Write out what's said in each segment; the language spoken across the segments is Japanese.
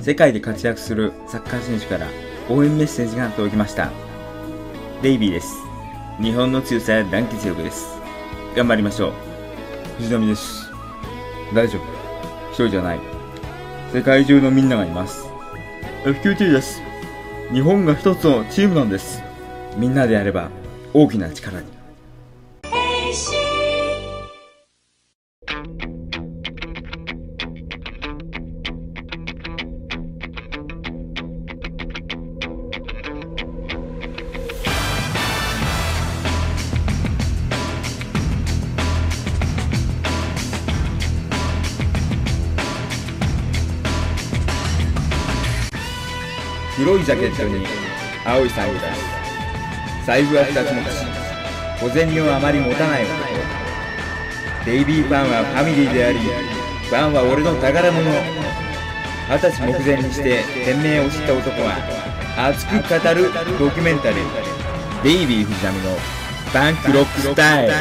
世界で活躍するサッカー選手から応援メッセージが届きました。デイビーです。日本の強さや団結力です。頑張りましょう。藤波です。大丈夫。一人じゃない。世界中のみんながいます。FQT です。日本が一つのチームなんです。みんなでやれば大きな力に。黒いジャケットに青いサングラス、財布は2つ持ち、小銭をあまり持たない男。デイビーファンはファミリーであり、ファンは俺の宝物。20歳目前にして天命を知った男は熱く語るドキュメンタリー、デイビー藤波のパンクロックスタイル。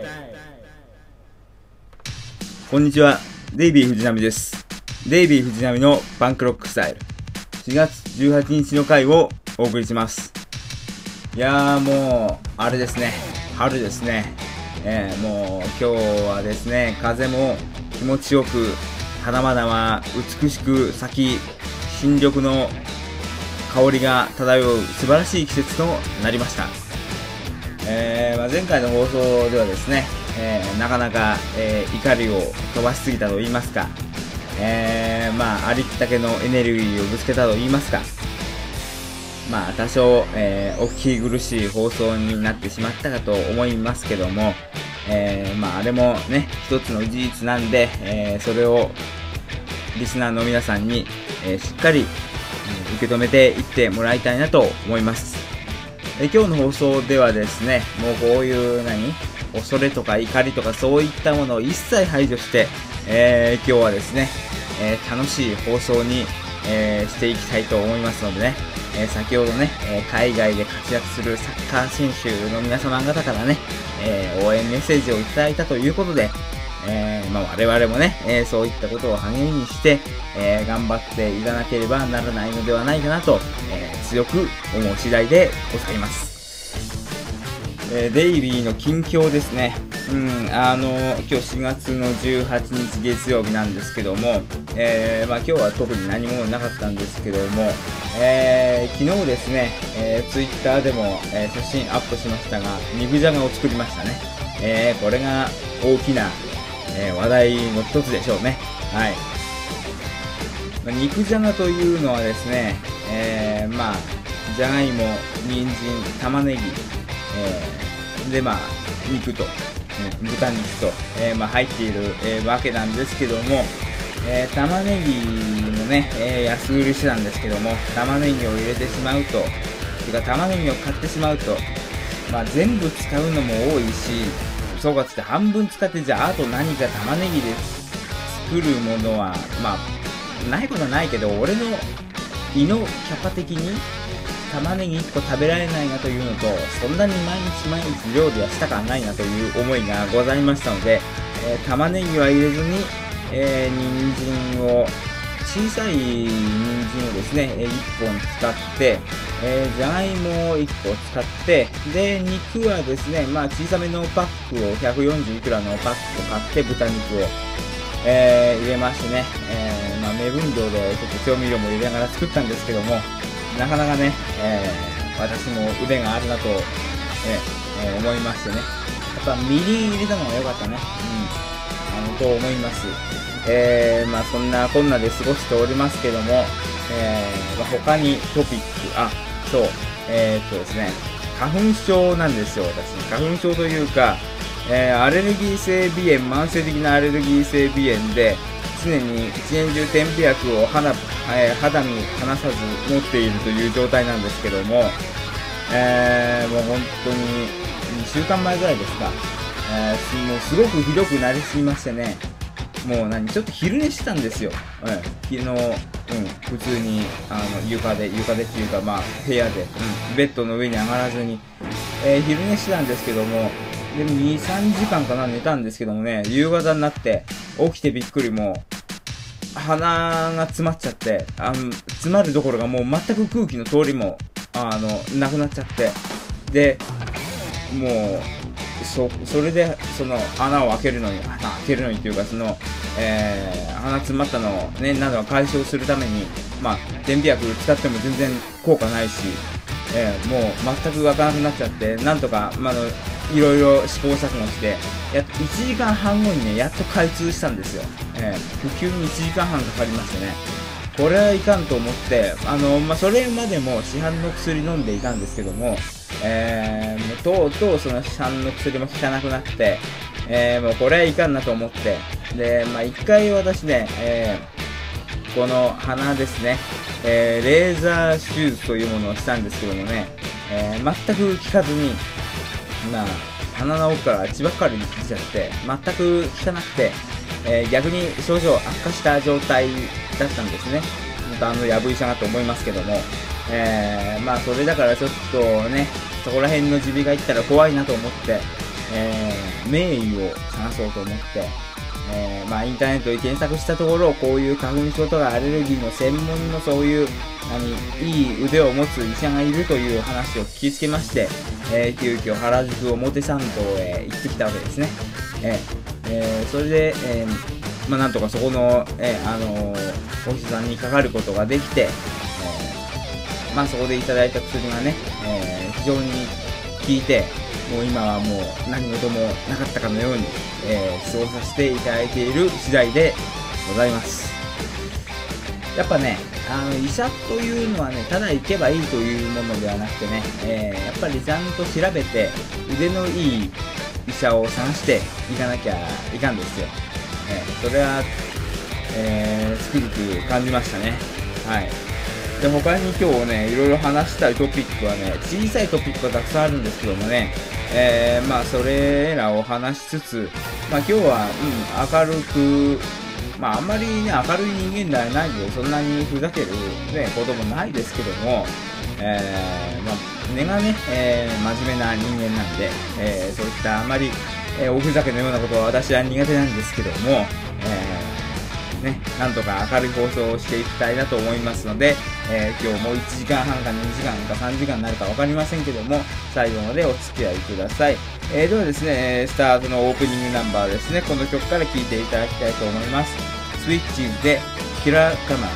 こんにちは、デイビー藤波です。デイビー藤波のパンクロックスタイル、4月18日の回をお送りします。いやーもうあれですね、春ですね。もう今日はですね、風も気持ちよく、花々は美しく咲き、新緑の香りが漂う素晴らしい季節となりました。前回の放送ではですね、なかなか、怒りを飛ばしすぎたと言いますか、ありったけのエネルギーをぶつけたと言いますか、多少、お聞き苦しい放送になってしまったかと思いますけども、あれもね、一つの事実なんで、それをリスナーの皆さんに、しっかり、受け止めていってもらいたいなと思います。今日の放送ではですね、もうこういう恐れとか怒りとかそういったものを一切排除して、今日はですね、楽しい放送に、していきたいと思いますのでね、先ほどね、海外で活躍するサッカー選手の皆様方からね、応援メッセージをいただいたということで、我々もね、そういったことを励みにして、頑張っていかなければならないのではないかなと、強く思う次第でございます。デイビーの近況ですね。今日4月の18日月曜日なんですけども、今日は特に何もなかったんですけども、昨日ですね、ツイッターでも、写真アップしましたが、肉じゃがを作りましたね。これが大きな、話題の一つでしょうね。はい。肉じゃがというのはですね、じゃがいも、人参、玉ねぎ、で肉と、豚肉と、入っている、わけなんですけども、玉ねぎもね、安売りしてたんですけども、玉ねぎを入れてしまうと、玉ねぎを買ってしまうと、全部使うのも多いし、そうかつって半分使って、じゃああと何か玉ねぎで作るものはないことはないけど、俺の胃のキャパ的に玉ねぎ1個食べられないなというのと、そんなに毎日料理はしたかないなという思いがございましたので、玉ねぎは入れずに、人参を、小さい人参をですね、1本使って、じゃがいもを1個使って、で、肉はですね、小さめのパックを、140いくらのパックを買って、豚肉を、入れましてね、目分量でちょっと調味料も入れながら作ったんですけども、なかなかね、私も腕があるなと、思いましてね。やっぱみりん入れたのが良かったね。と思います。そんなこんなで過ごしておりますけども、他にトピック、ですね、花粉症なんですよ、私。花粉症というか、アレルギー性鼻炎、慢性的なアレルギー性鼻炎で、常に一年中点鼻薬を肌身離さず持っているという状態なんですけども、もう本当に2週間前ぐらいですか、もうすごくひどくなりすぎましてね、もうちょっと昼寝してたんですよ。昨日、普通に床でっていうか部屋で、ベッドの上に上がらずに、昼寝してたんですけども、でも2、3時間かな寝たんですけどもね、夕方になって起きてびっくり、も鼻が詰まっちゃって、詰まるどころがもう全く空気の通りも、なくなっちゃって、で、もう、それで、穴を開けるのにっていうか、鼻詰まったのをね、などを解消するために、点鼻薬使っても全然効果ないし、もう全く開かなくなっちゃって、なんとか、いろいろ試行錯誤して、1時間半後にね、やっと開通したんですよ。普及に1時間半かかりましてね。これはいかんと思って、それまでも市販の薬飲んでいたんですけども、もうとうとうその市販の薬も効かなくなって、もうこれはいかんなと思って、で、一回私ね、この鼻ですね、レーザー手術というものをしたんですけどもね、全く効かずに、鼻の奥から血ばっかり出ちゃって、全く効かなくて、逆に症状悪化した状態だったんですね。やぶ医者だと思いますけども、それだからちょっとね、そこら辺の耳鼻が行ったら怖いなと思って、名医を探そうと思って、インターネットで検索したところ、こういう花粉症とかアレルギーの専門のそういういい腕を持つ医者がいるという話を聞きつけまして、急遽原宿表参道へ行ってきたわけですね。それで、なんとかそこの、お医者さんにかかることができて、そこでいただいた薬がね、非常に効いて、もう今はもう何事もなかったかのように、過ごさせていただいている次第でございます。やっぱね、医者というのはね、ただ行けばいいというものではなくてね、やっぱりちゃんと調べて腕のいい医者を探していかなきゃいかんですよ。それは、つくづく感じましたね。はい。で、他に今日ね、いろいろ話したいトピックはね、小さいトピックがたくさんあるんですけどもね、それらを話しつつ、今日は、明るく、あんまりね、明るい人間ではないので、そんなにふざける、ね、こともないですけども、根がね、真面目な人間なんで、そういったあまり、おふざけのようなことは私は苦手なんですけども、なんとか明るい放送をしていきたいなと思いますので、今日も1時間半か2時間か3時間になるか分かりませんけども、最後までお付き合いください。ではですね、スタートのオープニングナンバーですね、この曲から聴いていただきたいと思います。スイッチーズでキラーカマン。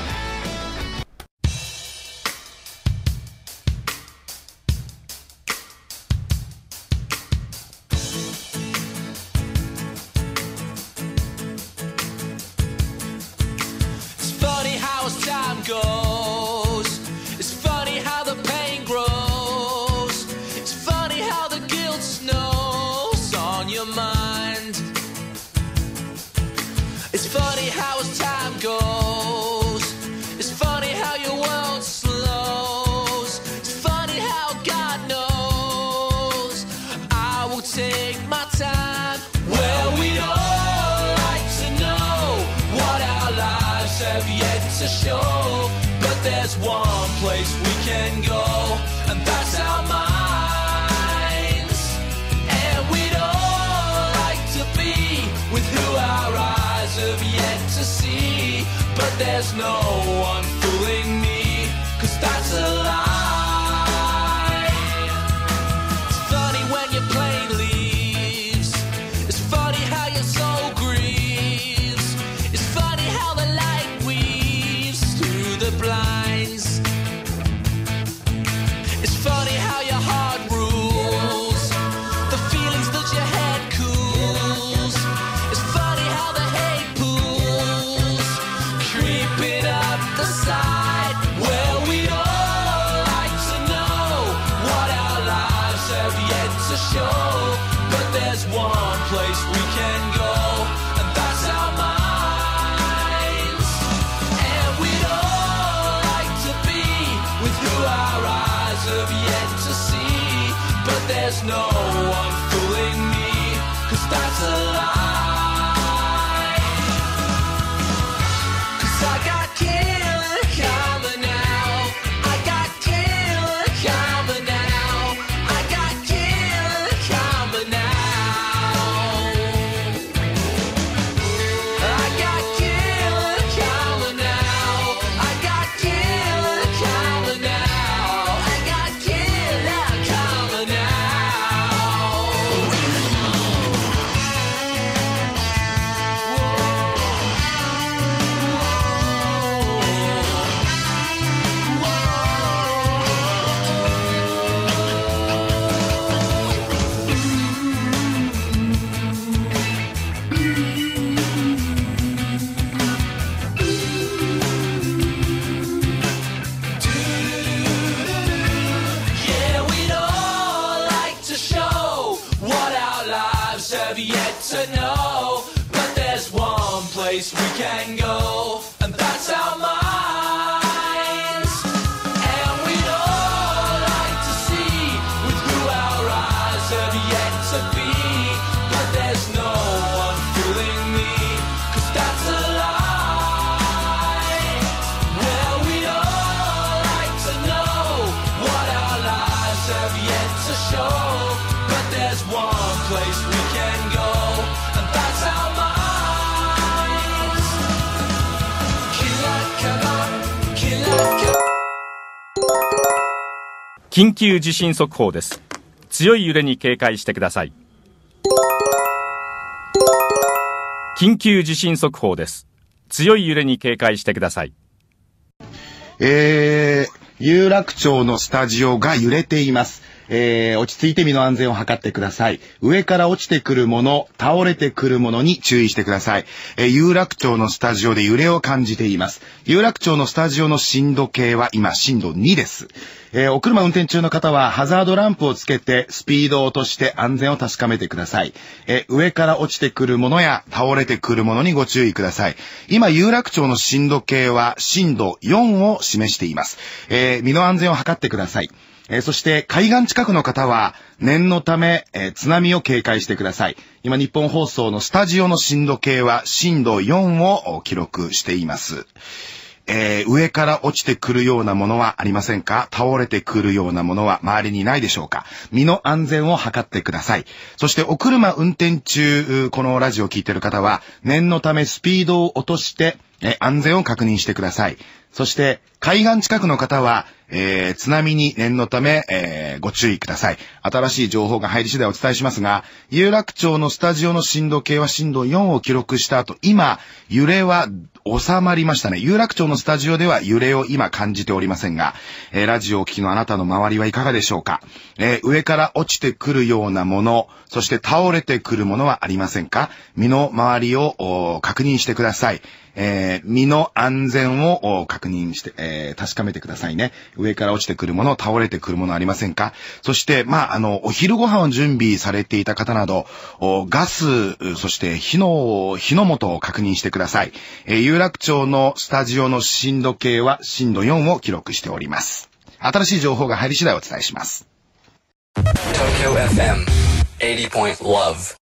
It's funny how as time goes, it's funny how your world slows, it's funny how God knows I will take my time. Well, we'd all like to know what our lives have yet to show, but there's one place we can go, and that's our minds. And we'd all like to be with who our eyes have yet to see, but there's no one fooling me, 'cause that's a lie. It's funny when your plane leaves, it's funny how your soul grieves, it's funny how the light weaves through the blinds, it's funny how your heart rules the feelings that your head cools, it's funny how the hate pools creeping up the side. Well, we'd all like to know what our lives have yet to show, but there's one place we can go, and that's our minds. And we'd all like to be with who our eyes have yet to see, but there's no one fooling me, 'cause that's a lie. 'Cause I got killer coming now, I got killer coming now, I got killer coming now, I got killer coming can go, and that's our minds. And we'd all like to see with who our eyes have yet to be, but there's no one fooling me, 'cause that's a lie. Well, we'd all like to know what our lives have yet to show, but there's one place we can go, and that's our minds. Killer, come on, killer, come on. 緊急地震速報です。強い揺れに警戒してください。緊急地震速報です。強い揺れに警戒してください。 有楽町のスタジオが揺れています。落ち着いて身の安全を図ってください。上から落ちてくるもの、倒れてくるものに注意してください。有楽町のスタジオで揺れを感じています。有楽町のスタジオの震度計は今震度2です。お車運転中の方はハザードランプをつけてスピードを落として安全を確かめてください。上から落ちてくるものや倒れてくるものにご注意ください。今有楽町の震度計は震度4を示しています。身の安全を図ってください。そして海岸近くの方は念のため、津波を警戒してください。今日本放送のスタジオの震度計は震度4を記録しています。上から落ちてくるようなものはありませんか？倒れてくるようなものは周りにないでしょうか？身の安全を図ってください。そしてお車運転中、このラジオを聞いている方は念のためスピードを落として安全を確認してください。そして海岸近くの方は津波に念のため、ご注意ください。新しい情報が入り次第お伝えしますが、有楽町のスタジオの震度計は震度4を記録した後、今揺れは収まりましたね。有楽町のスタジオでは揺れを今感じておりませんが、ラジオをお聞きのあなたの周りはいかがでしょうか？上から落ちてくるようなもの、そして倒れてくるものはありませんか？身の周りを確認してください。身の安全を確認して、確かめてくださいね。上から落ちてくるもの、倒れてくるものありませんか？そして、お昼ご飯を準備されていた方など、ガス、そして火の元を確認してください。有楽町のスタジオの震度計は震度4を記録しております。新しい情報が入り次第お伝えします。 Tokyo FM 80. Love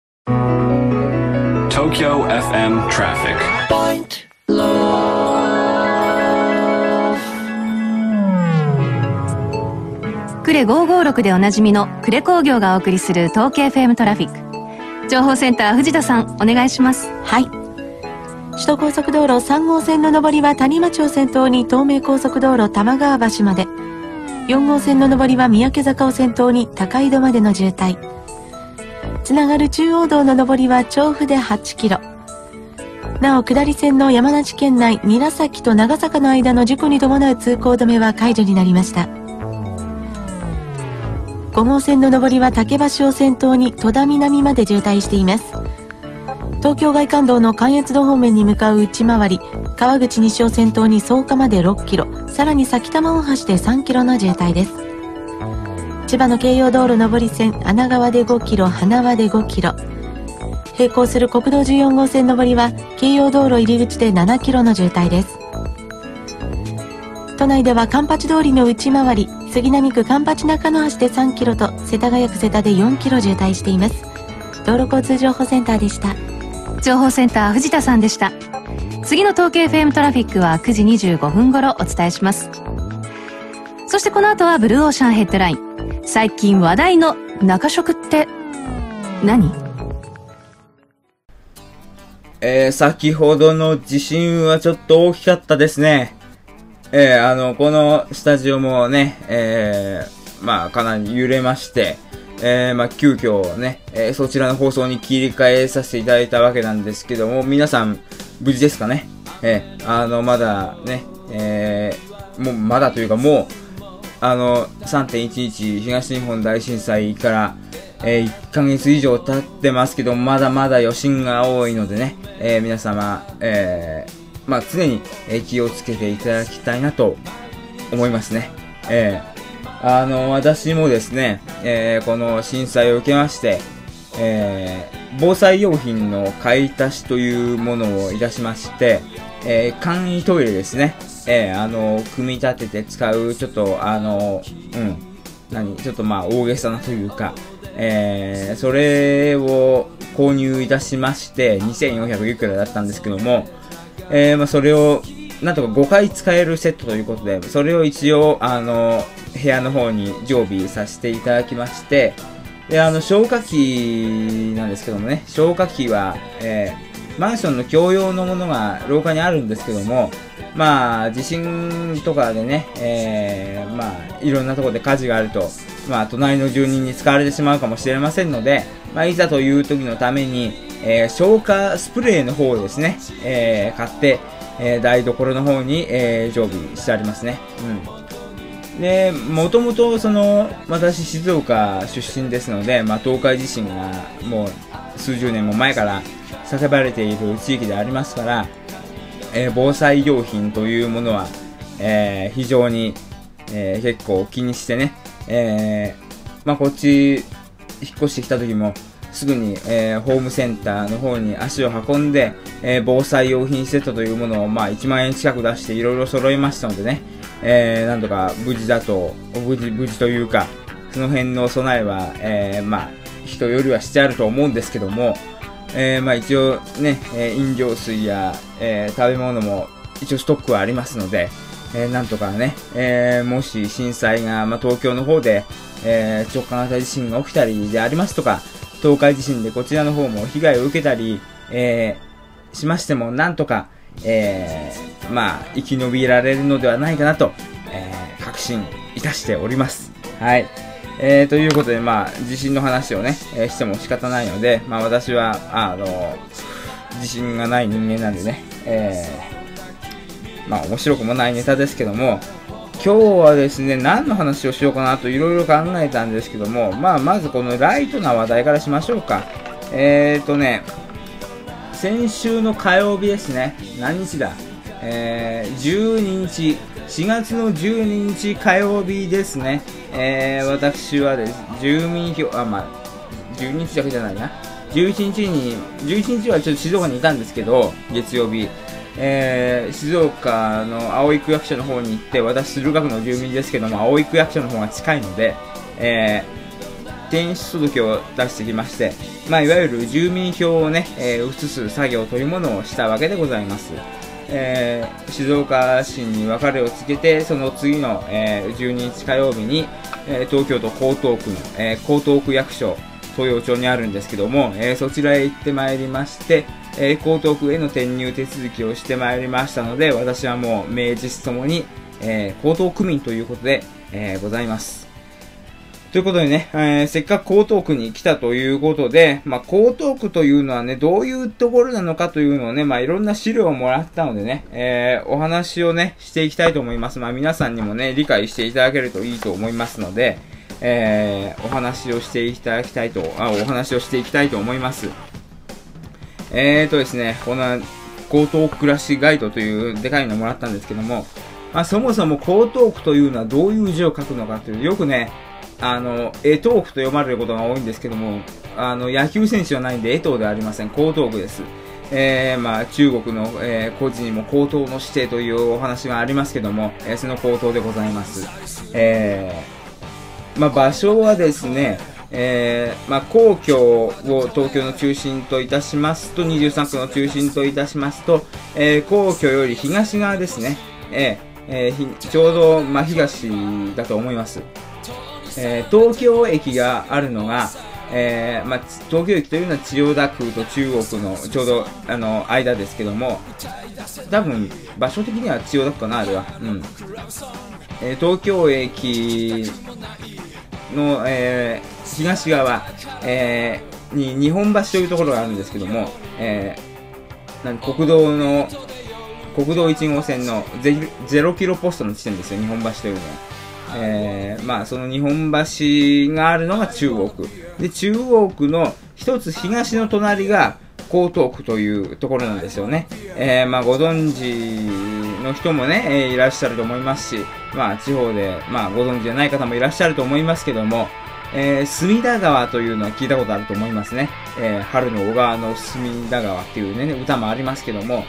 Tokyo FM traffic. Point Love 呉556でおなじみの呉工業がお送りする東京 FM トラフィック情報センター藤田さんお願いします。 はい、首都高速道路3号線の上りは谷町を先頭に東名高速道路玉川橋まで、4号線の上りは三宅坂を先頭に高井戸までの渋滞、つながる中央道の上りは調布で8キロ、なお下り線の山梨県内韮崎と長坂の間の事故に伴う通行止めは解除になりました。5号線の上りは竹橋を先頭に戸田南まで渋滞しています。東京外環道の関越道方面に向かう内回り、川口西を先頭に草加まで6キロ、さらに埼玉大橋で3キロの渋滞です。千葉の京葉道路上り線穴川で5キロ、花輪で5キロ、並行する国道14号線上りは京葉道路入り口で7キロの渋滞です。都内では環八通りの内回り、杉並区環八中野橋で3キロと世田谷区世田で4キロ渋滞しています。道路交通情報センターでした。 情報センター藤田さんでした。次の東京 FM トラフィックは9時25分頃お伝えします。そしてこの後はブルーオーシャンヘッドライン。最近話題の中食って何？ 先ほどの地震はちょっと大きかったですね。このスタジオもね、かなり揺れまして、急遽ね、そちらの放送に切り替えさせていただいたわけなんですけども、皆さん無事ですかね？まだね、まだというかもう、3.11 東日本大震災から、1ヶ月以上経ってますけど、まだまだ余震が多いのでね、皆様、常に気をつけていただきたいなと思いますね。私もですね、この震災を受けまして、 防災用品の買い足しというものをいたしまして、簡易トイレですね。組み立てて使う、ちょっと、ちょっと大げさなというか、それを購入いたしまして、2400いくらだったんですけども、それを、なんとか5回使えるセットということで、それを一応、部屋の方に常備させていただきまして、で、消火器なんですけどもね、消火器は、マンションの共用のものが廊下にあるんですけども、地震とかでね、いろんなところで火事があると、隣の住人に使われてしまうかもしれませんので、いざという時のために、消火スプレーの方をですね、買って、台所の方に、常備してありますね。で、もともと私静岡出身ですので、東海地震がもう数十年も前から叫ばれている地域でありますから、防災用品というものは、非常に、結構気にしてね、こっち引っ越してきた時もすぐに、ホームセンターの方に足を運んで、防災用品セットというものを1万円近く出していろいろ揃いましたのでね、なんとか無事というか、その辺の備えは、人よりはしてあると思うんですけども、一応ね、飲料水や、食べ物も一応ストックはありますので、なんとかね、もし震災が、東京の方で、直下型地震が起きたりでありますとか、東海地震でこちらの方も被害を受けたり、しましてもなんとか、生き延びられるのではないかなと、確信いたしております。はい。ということで、地震の話をね、しても仕方ないので、私は、自信がない人間なんでね、面白くもないネタですけども、今日はですね、何の話をしようかなといろいろ考えたんですけども、まずこのライトな話題からしましょうか。先週の火曜日ですね、何日だ12日、4月の12日火曜日ですね、私はです住民票、12日だけじゃないな、11日はちょっと静岡にいたんですけど、月曜日、静岡の葵区役所の方に行って、私駿河区の住民ですけども、葵区役所の方が近いので、転出届を出してきまして、いわゆる住民票をね、移す作業というものをしたわけでございます。静岡市に別れをつけて、その次の、12日火曜日に、東京都江東区の、江東区役所、東洋町にあるんですけども、そちらへ行ってまいりまして、江東区への転入手続きをしてまいりましたので、私はもう名実ともに、江東区民ということで、ございます。ということでね、せっかく江東区に来たということで、江東区というのはね、どういうところなのかというのをね、いろんな資料をもらったのでね、お話をね、していきたいと思います。皆さんにもね、理解していただけるといいと思いますので、お話をしていきたいと思います。ですね、この江東区暮らしガイドというでかいのをもらったんですけども、そもそも江東区というのはどういう字を書くのかという、よくね、江東区と読まれることが多いんですけども、野球選手はないんで江東ではありません。江東区です。中国の、古事にも江東の指定というお話がありますけども、その江東でございます。場所はですね、皇居を東京の中心といたしますと、23区の中心といたしますと、皇居より東側ですね、ちょうど真東だと思います。東京駅があるのが、東京駅というのは千代田区と中央区のちょうど間ですけども、多分場所的には千代田区かな、あれは。東京駅の、東側、に日本橋というところがあるんですけども、国道1号線の0キロポストの地点ですよ、日本橋というのは。その日本橋があるのが中央区で、中央区の一つ東の隣が江東区というところなんですよね。ご存知の人もね、いらっしゃると思いますし、地方で、ご存知じゃない方もいらっしゃると思いますけども、 隅田川というのは聞いたことあると思いますね。春の小川の隅田川っていうね、歌もありますけども、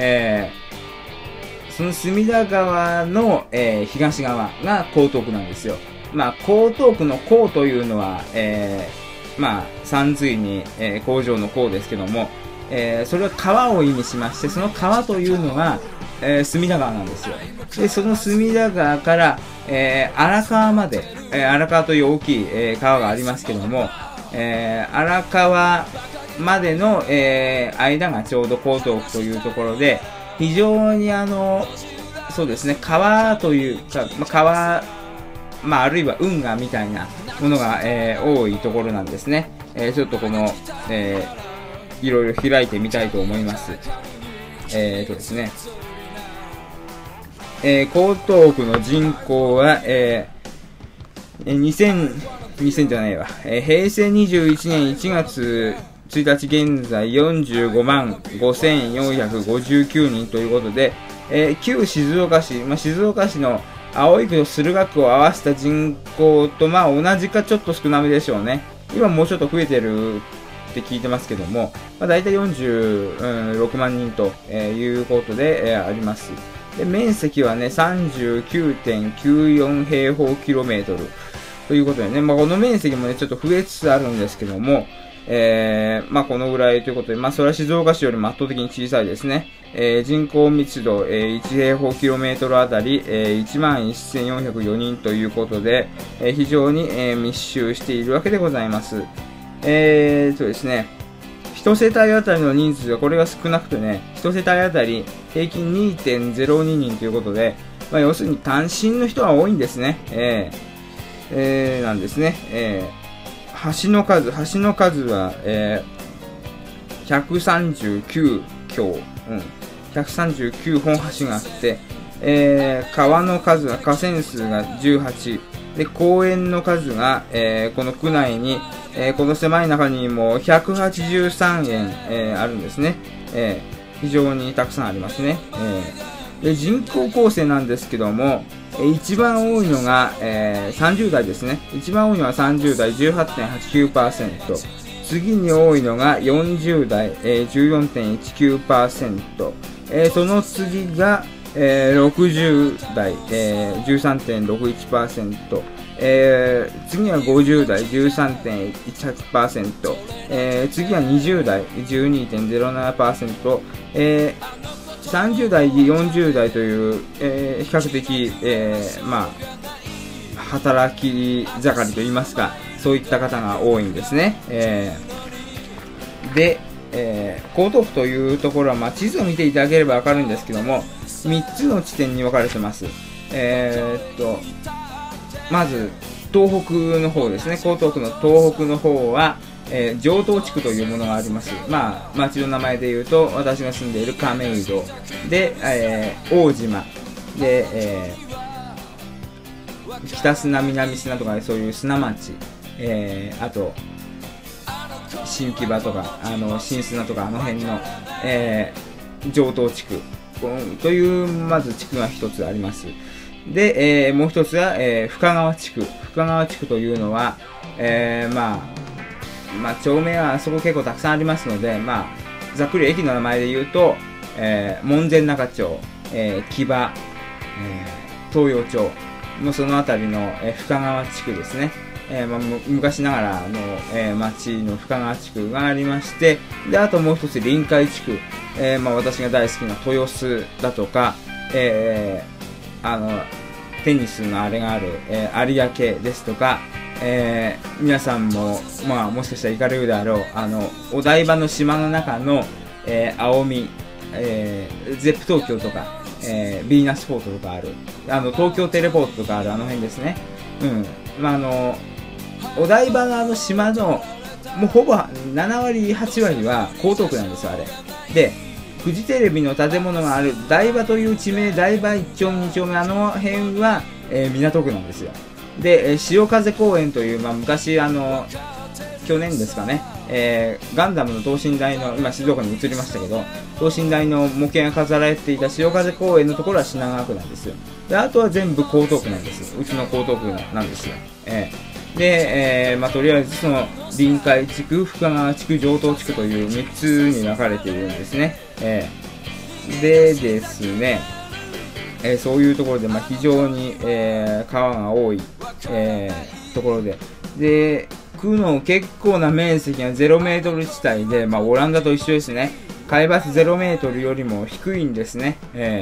その隅田川の、東側が江東区なんですよ。まあ、江東区の江というのは、まあ、山水に、工場の江ですけども、それは川を意味しまして、その川というのが、隅田川なんですよ。で、その隅田川から、荒川まで、荒川という大きい、川がありますけども、荒川までの、間がちょうど江東区というところで、非常にそうですね、川というか、川、まあ、あるいは運河みたいなものが、多いところなんですね。ちょっとこの、いろいろ開いてみたいと思います。ですね、江東区の人口は、2000じゃないわ、平成21年1月1日現在45万5459人ということで、旧静岡市、静岡市の葵区と駿河区を合わせた人口と同じかちょっと少なめでしょうね。今もうちょっと増えてるって聞いてますけども、だいたい46万人ということであります。で、面積はね、39.94 平方キロメートルということでね、この面積もね、ちょっと増えつつあるんですけども、このぐらいということで、それは静岡市よりも圧倒的に小さいですね。人口密度、1平方キロメートルあたり、11,404 人ということで、非常に、密集しているわけでございます。ですね、1世帯あたりの人数がこれが少なくてね、1世帯あたり平均 2.02 人ということで、要するに単身の人が多いんですね。なんですね。橋の数は、139橋、139本橋があって、川の数は、河川数が18で、公園の数が、この区内に、この狭い中にも183園、あるんですね。非常にたくさんありますね。で、人口構成なんですけども、一番多いのが、30代ですね。一番多いのは30代 18.89%。次に多いのが40代、14.19%。その次が、60代、13.61%。次は50代 13.18%、次は20代 12.07%、30代、40代という、比較的、働き盛りといいますか、そういった方が多いんですね。で、江東区というところは、地図を見ていただければわかるんですけども、3つの地点に分かれてます。まず、東北の方ですね。江東区の東北の方は、城東地区というものがあります。町の名前で言うと、私が住んでいる亀戸で、大島で、北砂、南砂とか、そういう砂町、あと、新木場とか、新砂とか、あの辺の、城東地区という、まず地区が一つあります。で、もう一つは、深川地区。深川地区というのは、町名はそこ結構たくさんありますので、ざっくり駅の名前で言うと、門前仲町、木場、東洋町のそのあたりの、深川地区ですね。昔ながらの、町の深川地区がありまして、で、あともう一つ臨海地区、私が大好きな豊洲だとか、テニスのあれがある、有明ですとか、皆さんも、もしかしたら行かれるであろう、お台場の島の中の、青海、ゼップ東京とか、ヴィーナスポートとかある、東京テレポートとかあるあの辺ですね。お台場の島の、もうほぼ7割、8割は江東区なんですよ、あれ。で、フジテレビの建物がある台場という地名、台場1丁目2丁目、あの辺は、港区なんですよ。で、潮風公園という、昔、去年ですかね、ガンダムの等身大の、今静岡に移りましたけど、等身大の模型が飾られていた潮風公園のところは品川区なんですよ。で、あとは全部江東区なんです。うちの江東区なんですよ。 で、とりあえずその臨海地区、深川地区、城東地区という3つに分かれているんですね。でですね、そういうところで、非常に、川が多い、ところで、区の結構な面積が0メートル地帯で、オランダと一緒ですね。海抜0メートルよりも低いんですね。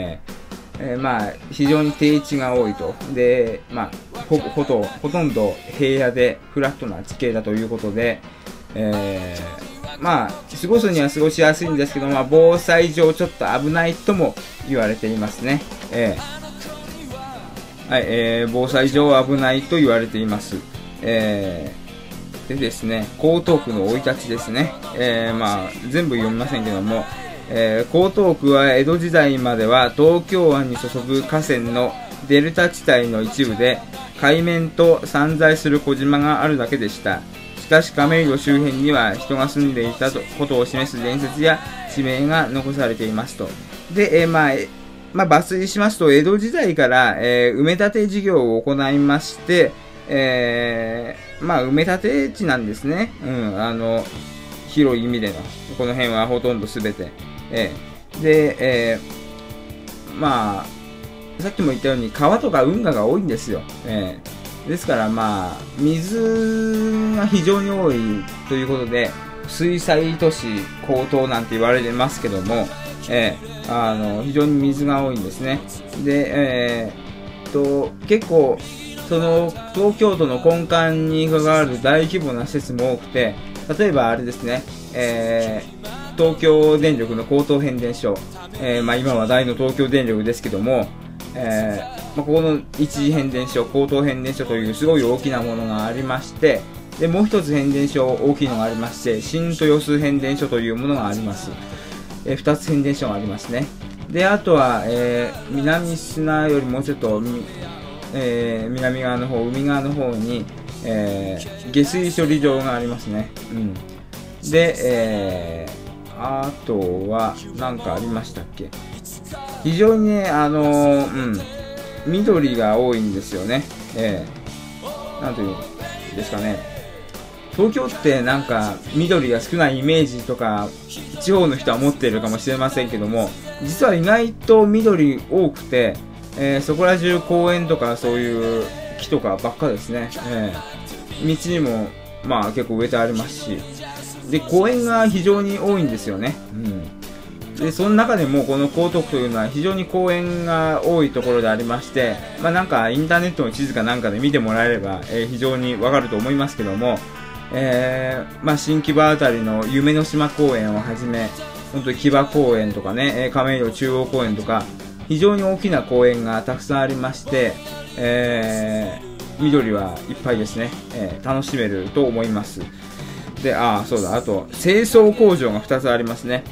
非常に低地が多いと。で、ほとんど平野でフラットな地形だということで、過ごすには過ごしやすいんですけど、防災上ちょっと危ないとも言われていますね。防災上危ないと言われています。でですね、江東区の生い立ちですね。全部読みませんけども、江東区は江戸時代までは東京湾に注ぐ河川のデルタ地帯の一部で、海面と散在する小島があるだけでした。しかし亀戸周辺には人が住んでいたことを示す伝説や地名が残されていますと。で、抜粋しますと、江戸時代から、埋め立て事業を行いまして、埋め立て地なんですね。広い意味での。この辺はほとんどすべて。で、さっきも言ったように川とか運河が多いんですよ。ですから水が非常に多いということで、水災都市江東なんて言われてますけども、非常に水が多いんですね。で、結構その東京都の根幹に関わる大規模な施設も多くて、例えばあれですね、東京電力の江東変電所、今話題の東京電力ですけども、ここの一次変電所、江東変電所というすごい大きなものがありまして、でもう一つ変電所大きいのがありまして、新豊洲変電所というものがあります。2つ変電所がありますね。であとは、南砂よりもうちょっと南側の方、海側の方に、下水処理場がありますね。で、あとは何かありましたっけ。非常にね、緑が多いんですよね。なんというんですかね。東京ってなんか緑が少ないイメージとか地方の人は持っているかもしれませんけども、実は意外と緑多くて、そこら中公園とかそういう木とかばっかですね。道にも結構植えてありますし、で公園が非常に多いんですよね。でその中でもこの江東区というのは非常に公園が多いところでありまして、なんかインターネットの地図かなんかで見てもらえれば、非常にわかると思いますけども、新木場あたりの夢の島公園をはじめ、本当に木場公園とかね、亀戸中央公園とか非常に大きな公園がたくさんありまして、緑はいっぱいですね。楽しめると思います。で、そうだ、あと清掃工場が2つありますね。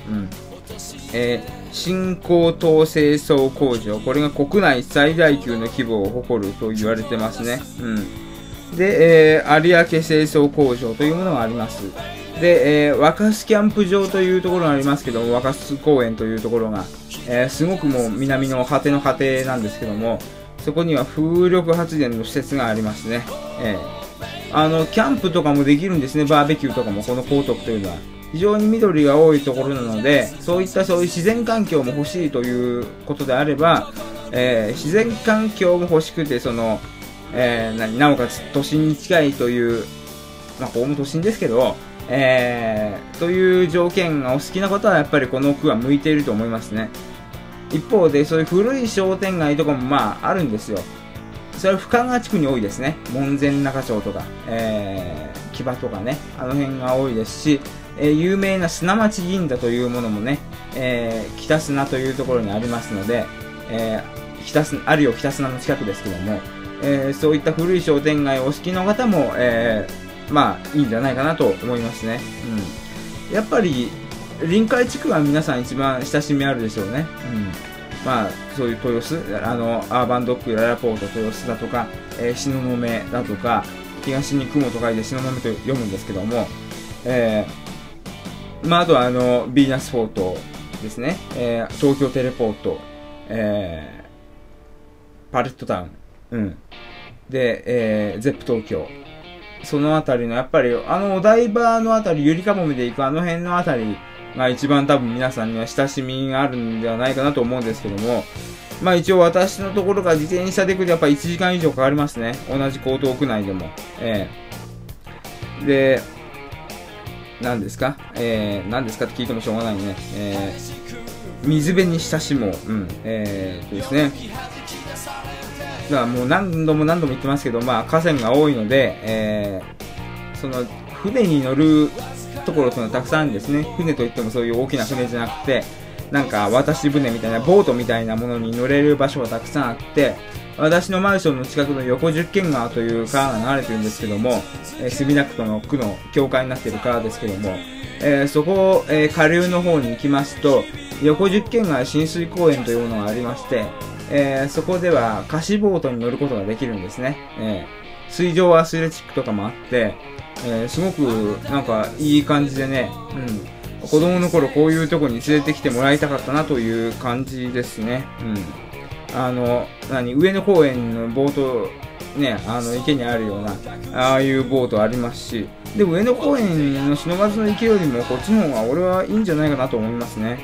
新江東清掃工場、これが国内最大級の規模を誇ると言われてますね。で、有明清掃工場というものがあります。で、若洲キャンプ場というところがありますけども、若洲公園というところが、すごくもう南の果ての果てなんですけども、そこには風力発電の施設がありますね。キャンプとかもできるんですね。バーベキューとかも、この江東区というのは非常に緑が多いところなので、そういう自然環境も欲しいということであれば、自然環境も欲しくて、なおかつ都心に近いという、ここも都心ですけど、という条件がお好きな方はやっぱりこの区は向いていると思いますね。一方でそういう古い商店街とかもあるんですよ。それは深川地区に多いですね。門前仲町とか、木場とかね、あの辺が多いですし、有名な砂町銀座というものもね、北砂というところにありますので、あるよ北砂の近くですけども、そういった古い商店街をお好きな方も、いいんじゃないかなと思いますね。やっぱり臨海地区は皆さん一番親しみあるでしょうね。そういう豊洲、アーバンドッグララポート豊洲だとか、東雲だとか、東に雲と書いて東雲と読むんですけども、あとはビーナスフォートですね、東京テレポート、パレットタウン、で、ゼップ東京、 そのあたりの、やっぱり、お台場のあたり、ゆりかもめで行くあの辺のあたりが一番多分皆さんには親しみがあるんではないかなと思うんですけども、まあ一応私のところから自転車で来るとやっぱ1時間以上かかりますね。同じ江東区内でも。で、何ですか何ですかって聞いてもしょうがないね。水辺に親しもう。ですね。だからもう何度も言ってますけど、まあ河川が多いので、その船に乗るところというのはたくさんあるんですね。船といってもそういう大きな船じゃなくて、なんか渡し船みたいなボートみたいなものに乗れる場所がたくさんあって、私のマンションの近くの横十間川という川が流れてるんですけども、墨田区との区の境界になっている川ですけども、そこを、下流の方に行きますと、横十間川親水公園というものがありまして、そこでは貸しボートに乗ることができるんですね。水上アスレチックとかもあって、すごくなんかいい感じでね、子供の頃こういうとこに連れてきてもらいたかったなという感じですね。上野公園のボート、ね、池にあるような、ああいうボートありますし、で、上野公園の忍ばずの池よりもこっちの方が俺はいいんじゃないかなと思いますね。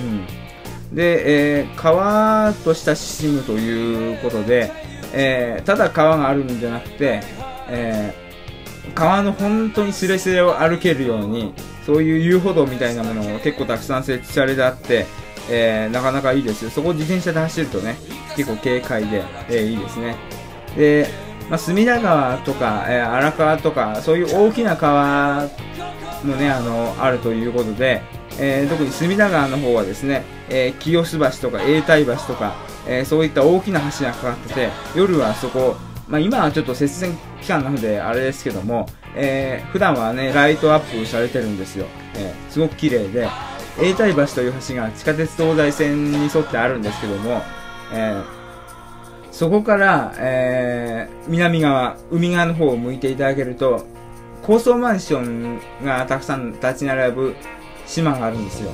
で、川と親しむということで、ただ川があるんじゃなくて、川の本当にスレスレを歩けるように、そういう遊歩道みたいなものが結構たくさん設置されてあって、なかなかいいですよ。そこを自転車で走るとね、結構軽快で、いいですね。で、隅田川とか、荒川とか、そういう大きな川もね、あるということで、特に隅田川の方はですね、清洲橋とか永代橋とか、そういった大きな橋がかかってて、夜はそこ、今はちょっと節電期間なのであれですけども、普段はね、ライトアップされてるんですよ。すごく綺麗で、永代橋という橋が地下鉄東西線に沿ってあるんですけども、そこから、南側、海側の方を向いていただけると、高層マンションがたくさん立ち並ぶ島があるんですよ。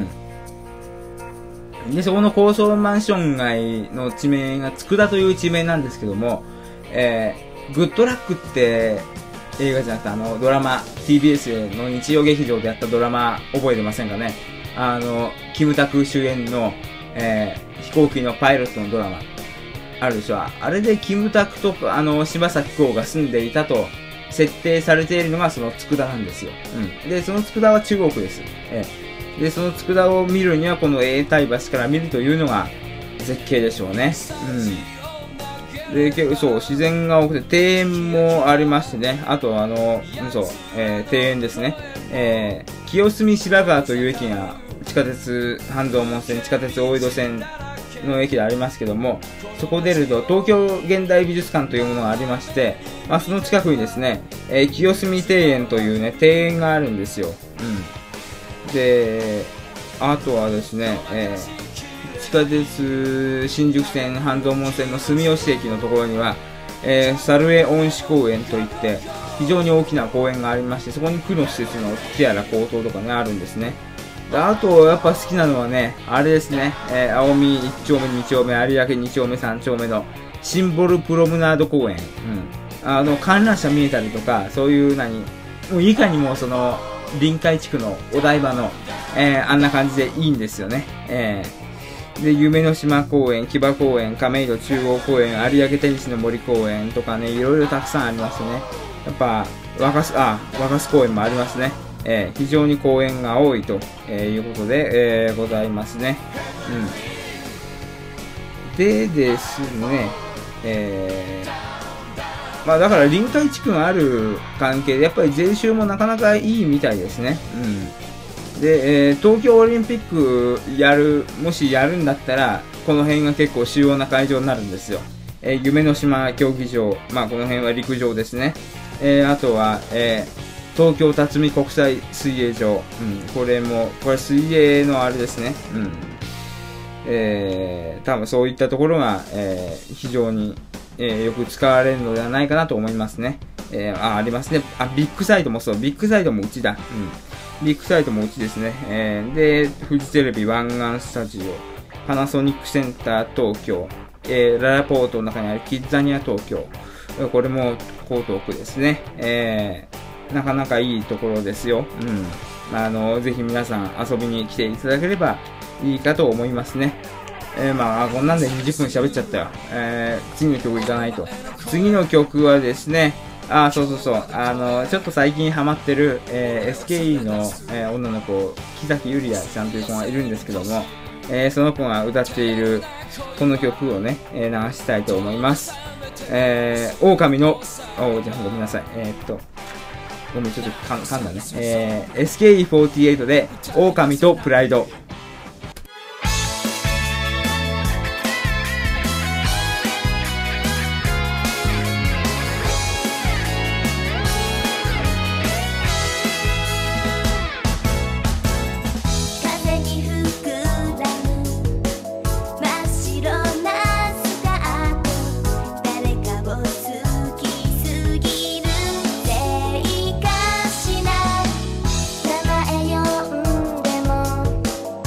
で、そこの高層マンション街の地名が佃という地名なんですけども、グッドラックって映画じゃなくてドラマ、TBS の日曜劇場でやったドラマ覚えてませんかね。キムタク主演の、飛行機のパイロットのドラマあるでしょ。あれでキムタクと柴咲コウが住んでいたと設定されているのがその佃なんですよ。で、その佃は中国です。で、その佃を見るにはこの永代橋から見るというのが絶景でしょうね。で、結構そう、自然が多くて、庭園もありましてね、あと庭園ですね。清澄白河という駅が地下鉄半蔵門線、地下鉄大江戸線の駅でありますけども、そこ出ると東京現代美術館というものがありまして、その近くにですね、清澄庭園というね、庭園があるんですよ。で、あとはですね、地下鉄新宿線半蔵門線の住吉駅のところには、猿江恩賜公園といって非常に大きな公園がありまして、そこに区の施設のティアラ高等とかねあるんですね。で、あとやっぱ好きなのはね、あれですね、青海1丁目2丁目有明2丁目3丁目のシンボルプロムナード公園、観覧車見えたりとか、そういうもういかにもその臨海地区のお台場の、あんな感じでいいんですよね。で、夢の島公園、木場公園、亀戸中央公園、有明テニスの森公園とかね、いろいろたくさんありますね。やっぱ、若洲公園もありますね。非常に公園が多いということで、ございますね。でですね、だから臨海地区がある関係で、やっぱり税収もなかなかいいみたいですね。で、東京オリンピックもしやるんだったら、この辺が結構主要な会場になるんですよ。夢の島競技場、この辺は陸上ですね。あとは、東京辰巳国際水泳場、これ水泳のあれですね。多分そういったところが、非常に、よく使われるのではないかなと思いますね。ありますね。ビッグサイトもそう、ビッグサイトもうちだ。ビッグサイトもうちですね。で、フジテレビ湾岸スタジオ、パナソニックセンター東京、ララポートの中にあるキッザニア東京、 これも江東区ですね。なかなかいいところですよ。ぜひ皆さん遊びに来ていただければいいかと思いますね。こんなんで20分喋っちゃったよ。次の曲いかないと。次の曲はですね、そう。ちょっと最近ハマってる、SKE の、女の子、木崎ゆりやちゃんという子がいるんですけども、その子が歌っているこの曲をね、流したいと思います。狼の、ごめんなさい。ごめん、ちょっと噛んだね。SKE48 で、狼とプライド。 名前呼んでも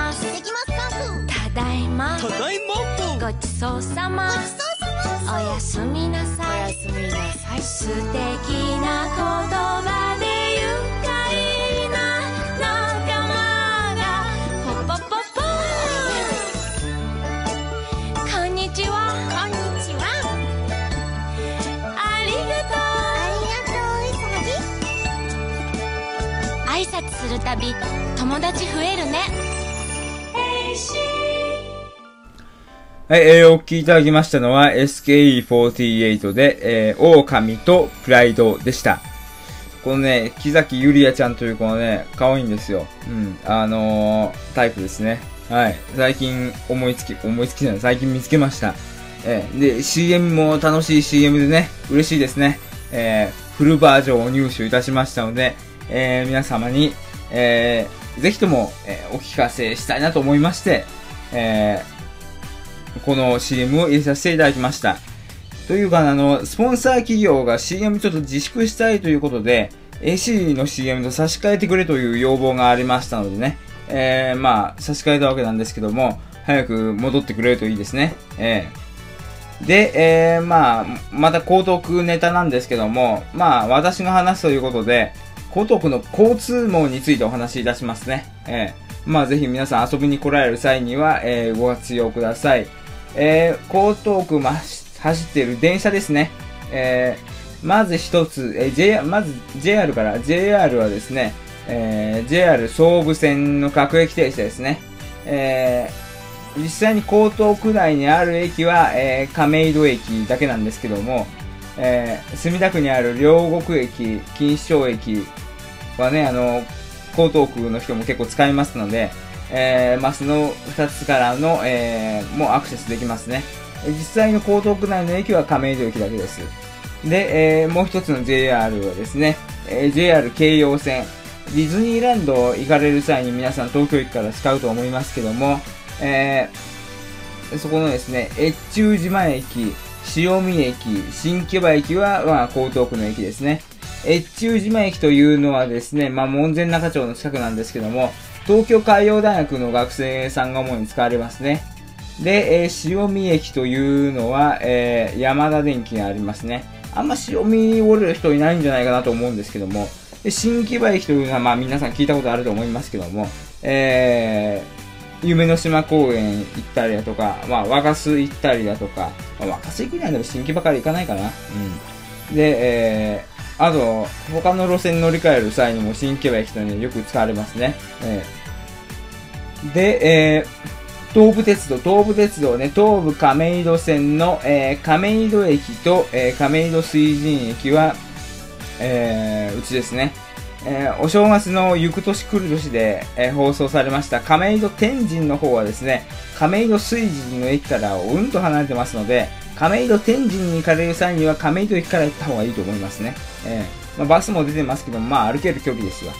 ますただいまごちそうさまおやすみなさい素敵な言葉で愉快な仲間がポポポポこんにちはありがとう挨拶するたび友達増えるね。 はい、お聴きいただきましたのは SKE48 で、狼とプライドでした。このね、木崎ゆりやちゃんという子はね、可愛いんですよ。タイプですね。はい。最近最近見つけました。で、CM も楽しい CM でね、嬉しいですね。フルバージョンを入手いたしましたので、皆様に、ぜひとも、お聞かせしたいなと思いまして、この CM を入れさせていただきました。というか、スポンサー企業が CM ちょっと自粛したいということで、AC の CM と差し替えてくれという要望がありましたのでね、差し替えたわけなんですけども、早く戻ってくれるといいですね。で、また江東区ネタなんですけども、私が話すということで、江東区の交通網についてお話しいたしますね。ぜひ皆さん遊びに来られる際には、ご活用ください。江東区走っている電車ですね。まず一つ、まず JR から、JR はですね、JR 総武線の各駅停車ですね。実際に江東区内にある駅は、亀戸駅だけなんですけども、墨田区にある両国駅、錦糸町駅はね、江東区の人も結構使いますので、その2つからの、もうアクセスできますね。実際の江東区内の駅は亀戸駅だけです。で、もう一つの JR はですね、JR 京葉線、ディズニーランド行かれる際に皆さん東京駅から使うと思いますけども、そこのですね、越中島駅、塩見駅、新木場駅は、江東区の駅ですね。越中島駅というのはですね、門前仲町の近くなんですけども、東京海洋大学の学生さんが主に使われますね。で、塩見駅というのは、山田電機がありますね。あんま塩見降りる人いないんじゃないかなと思うんですけども、で新木場駅というのは、皆さん聞いたことあると思いますけども、夢の島公園行ったりだとか、若洲行ったりだとか、若洲行くにはでも新木場から行かないかな。で、あと、他の路線に乗り換える際にも新木場駅というのによく使われますね。で、東武鉄道ね、東武亀戸線の、亀戸駅と、亀戸水神駅は、うちですね。お正月の行く年来る年で、放送されました亀戸天神の方はですね、亀戸水神の駅からうんと離れてますので、亀戸天神に行かれる際には亀戸駅から行った方がいいと思いますね。バスも出てますけども、歩ける距離ですよ。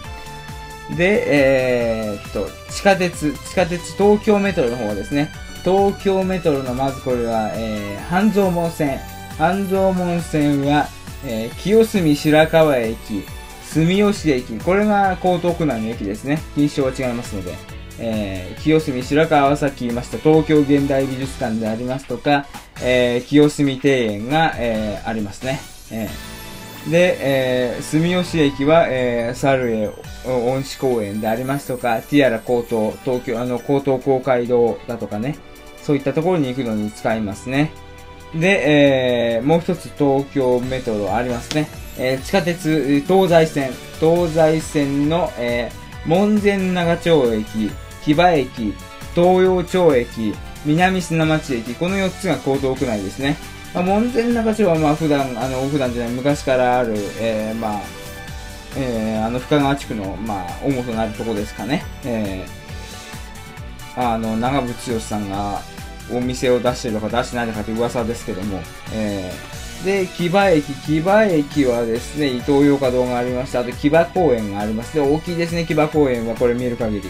で、地下鉄東京メトロの方はですね、東京メトロのまずこれは、半蔵門線は、清澄白河駅、住吉駅、これが江東区内の駅ですね。品種は違いますので、清澄白河はさっき言いました東京現代美術館でありますとか、清澄庭園が、ありますね。で、住吉駅は、猿江恩賜公園でありますとか、ティアラ江東、江東公会堂だとかね、そういったところに行くのに使いますね。で、もう一つ東京メトロありますね。地下鉄、東西線の、門前仲町駅、木場駅、東洋町駅、南砂町駅、この4つが江東区内ですね。門前仲町は普段じゃない昔からある、深川地区の主となるところですかね。長渕剛さんがお店を出しているのか出してないのかという噂ですけども、で、木場駅はですね、イトーヨーカドーがありまして、あと木場公園があります。で、大きいですね、木場公園はこれ見る限り。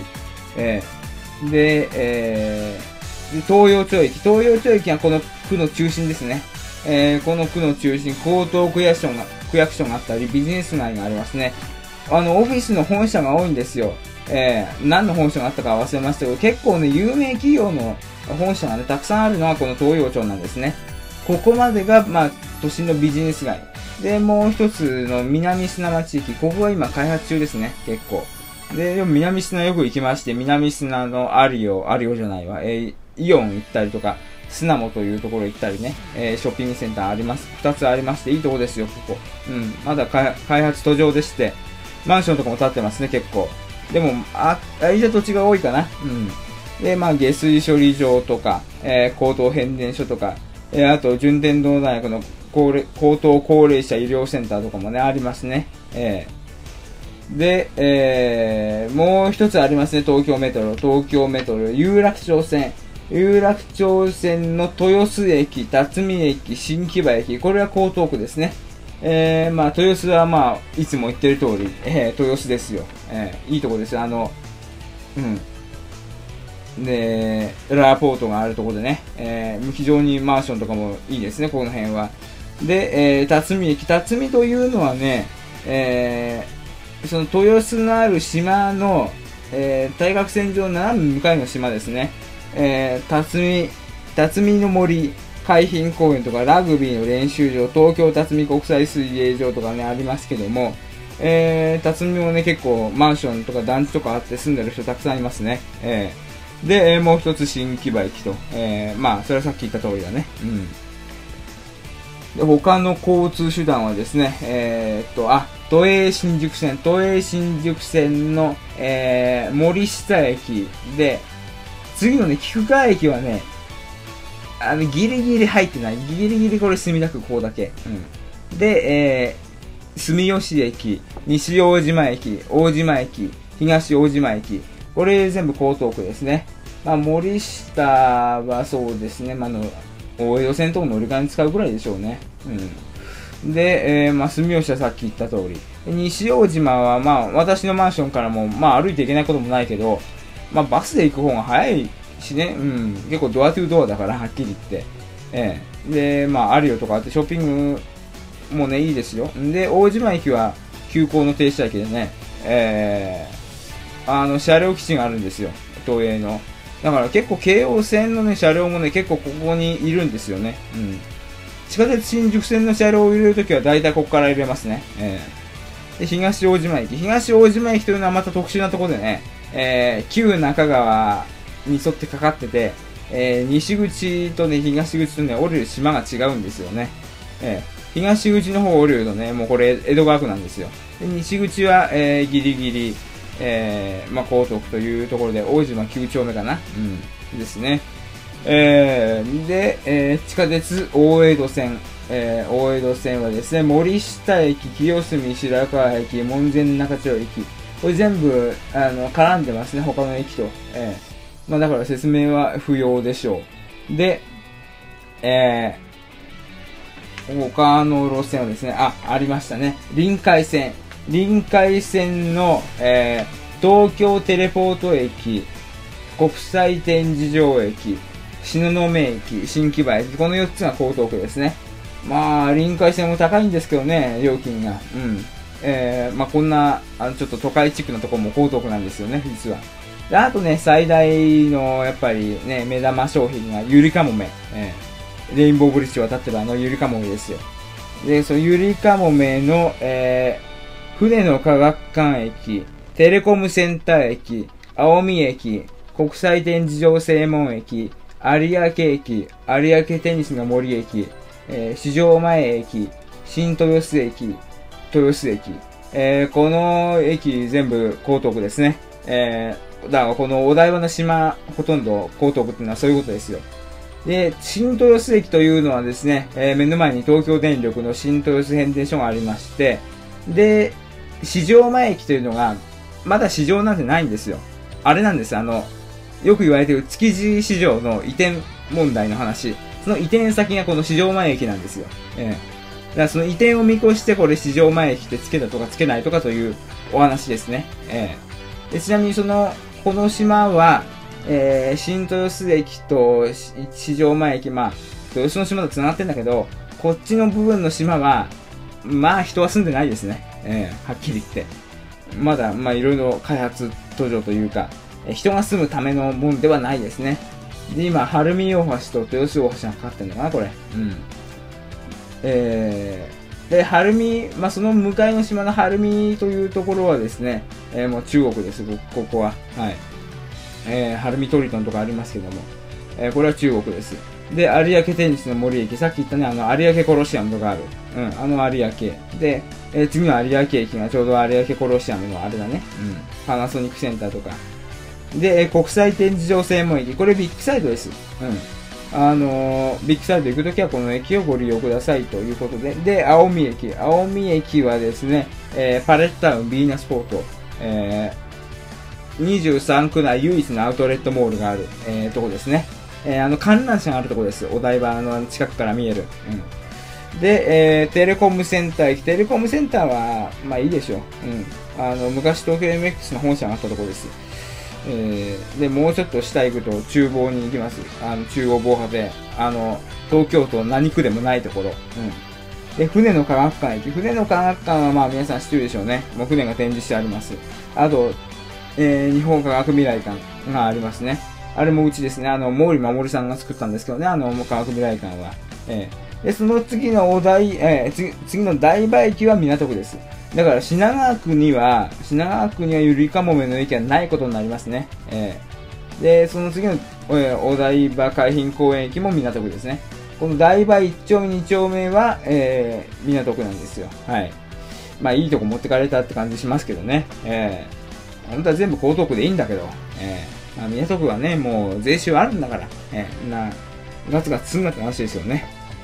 で、東洋町駅はこの区の中心ですね。この区の中心、江東区役所があったり、ビジネス街がありますね。オフィスの本社が多いんですよ。 何の本社があったか忘れましたけど、結構ね、有名企業の本社がね、たくさんあるのはこの東洋町なんですね。ここまでが、まあ、都心のビジネス街。で、もう一つの南砂町駅、ここが今開発中ですね、結構。でも南砂よく行きまして、南砂のアリオじゃないわ、イオン行ったりとか、砂モというところ行ったりね、ショッピングセンターあります。2つありまして、いいとこですよ、ここ。まだ開発途上でして、マンションとかも建ってますね、結構。でも、空いた土地が多いかな。で、まあ、下水処理場とか、高等変電所とか、あと、順天堂大学の高等高齢者医療センターとかもね、ありますね。で、もう一つありますね、東京メトロ、有楽町線の豊洲駅、辰巳駅、新木場駅、これは江東区ですね。まあ、豊洲はまあ、いつも言ってる通り、豊洲ですよ。いいとこですよ。で、ラーポートがあるところでね、非常にマンションとかもいいですね、この辺は。で、辰巳というのはね、その豊洲のある島の、対角線上斜め向かいの島ですね。辰巳の森海浜公園とかラグビーの練習場、東京辰巳国際水泳場とかね、ありますけども、辰巳もね、結構マンションとか団地とかあって住んでる人たくさんいますね。で、もう一つ新木場駅と、まあ、それはさっき言った通りだね。で、他の交通手段はですね、都営新宿線の、森下駅で、次のね、菊川駅はね、ギリギリ入ってない。ギリギリこれ墨田区ここだけ。で、住吉駅、西大島駅、大島駅、東大島駅。これ全部江東区ですね。まあ、森下はそうですね。まあ、大江戸線とか乗り換えに使うぐらいでしょうね。で、まあ、住吉はさっき言った通り。西大島は、まあ、私のマンションからも、まあ、歩いていけないこともないけど、まあ、バスで行く方が早いしね。結構ドアトゥードアだから、はっきり言って。で、まあ、あるよとかあって、ショッピングもね、いいですよ。で、大島駅は、急行の停車駅でね、車両基地があるんですよ。東映の。だから結構京王線のね、車両もね、結構ここにいるんですよね。地下鉄新宿線の車両を入れるときは大体ここから入れますね。で、東大島駅というのはまた特殊なところでね、旧中川に沿ってかかってて、西口とね、東口とね、降りる島が違うんですよね。東口の方を降りるとね、もうこれ江戸川区なんですよ。で、西口は、ギリギリ、まあ、江東区というところで、大島9丁目かな。ですね。で、地下鉄大江戸線。大江戸線はですね、森下駅、清澄白河駅、門前仲町駅。これ全部、絡んでますね、他の駅と。まあ、だから説明は不要でしょう。で、他の路線はですね、ありましたね。臨海線の、東京テレポート駅、国際展示場駅、東雲駅、新木場駅、この4つが江東区ですね。まあ、臨海線も高いんですけどね、料金が。まあ、こんな、ちょっと都会地区のところも江東区なんですよね、実は。で、あとね、最大の、やっぱりね、目玉商品がゆりかもめ。レインボーブリッジを渡ってるゆりかもめですよ。で、そのゆりかもめの、船の科学館駅、テレコムセンター駅、青海駅、国際展示場正門駅、有明駅、有明テニスの森駅、市場前駅、新豊洲駅、この駅全部江東区ですね。だからこのお台場の島、ほとんど江東区っていうのはそういうことですよ。で、新豊洲駅というのはですね、目の前に東京電力の新豊洲変電所がありまして、で、市場前駅というのが、まだ市場なんてないんですよ。あれなんです。よく言われている築地市場の移転問題の話。その移転先がこの市場前駅なんですよ。だからその移転を見越してこれ市場前駅ってつけたとかつけないとかというお話ですね。でちなみにこの島は、新豊洲駅と市場前駅、まあ、豊洲の島と繋がってんだけど、こっちの部分の島は、まあ人は住んでないですね。はっきり言って。まだ、まあいろいろ開発途上というか、人が住むためのもんではないですね。で、今、晴海大橋と豊洲大橋がかかってるのかな、これ。うん。で、晴海、まあ、その向かいの島の晴海というところはですね、もう中国です、ここは。はい。晴海トリトンとかありますけども、これは中国です。で、有明天日の森駅、さっき言ったね、有明コロシアムとかある。うん、有明。で、次の有明駅がちょうど有明コロシアムのあれだね。うん、パナソニックセンターとか。で、国際展示場専門駅、これビッグサイドです。うん。ビッグサイド行くときはこの駅をご利用くださいということで。で、青海駅。青海駅はですね、パレットタウン、ビーナスポート、23区内唯一のアウトレットモールがある、とこですね。観覧車があるところです。お台場の近くから見える。うん、で、テレコムセンター駅。テレコムセンターは、まあいいでしょう。うん。昔東京 MX の本社があったところです。で、もうちょっと下行くと厨房に行きます。中央防波堤。東京都何区でもないところ。うん。で、船の科学館駅。船の科学館はまあ皆さん知ってるでしょうね。もう船が展示してあります。あと、日本科学未来館がありますね。あれもうちですね。毛利守さんが作ったんですけどね。科学未来館は。で、その次の次の台場駅は港区です。だから品川区にはゆりかもめの駅はないことになりますね。で、その次の、お台場海浜公園駅も港区ですね。この台場1丁目2丁目は、港区なんですよ。はい。まあいいとこ持ってかれたって感じしますけどね。本当は全部江東区でいいんだけど、まあ、港区はね、もう税収あるんだから、ガツガツすんなって話ですよね。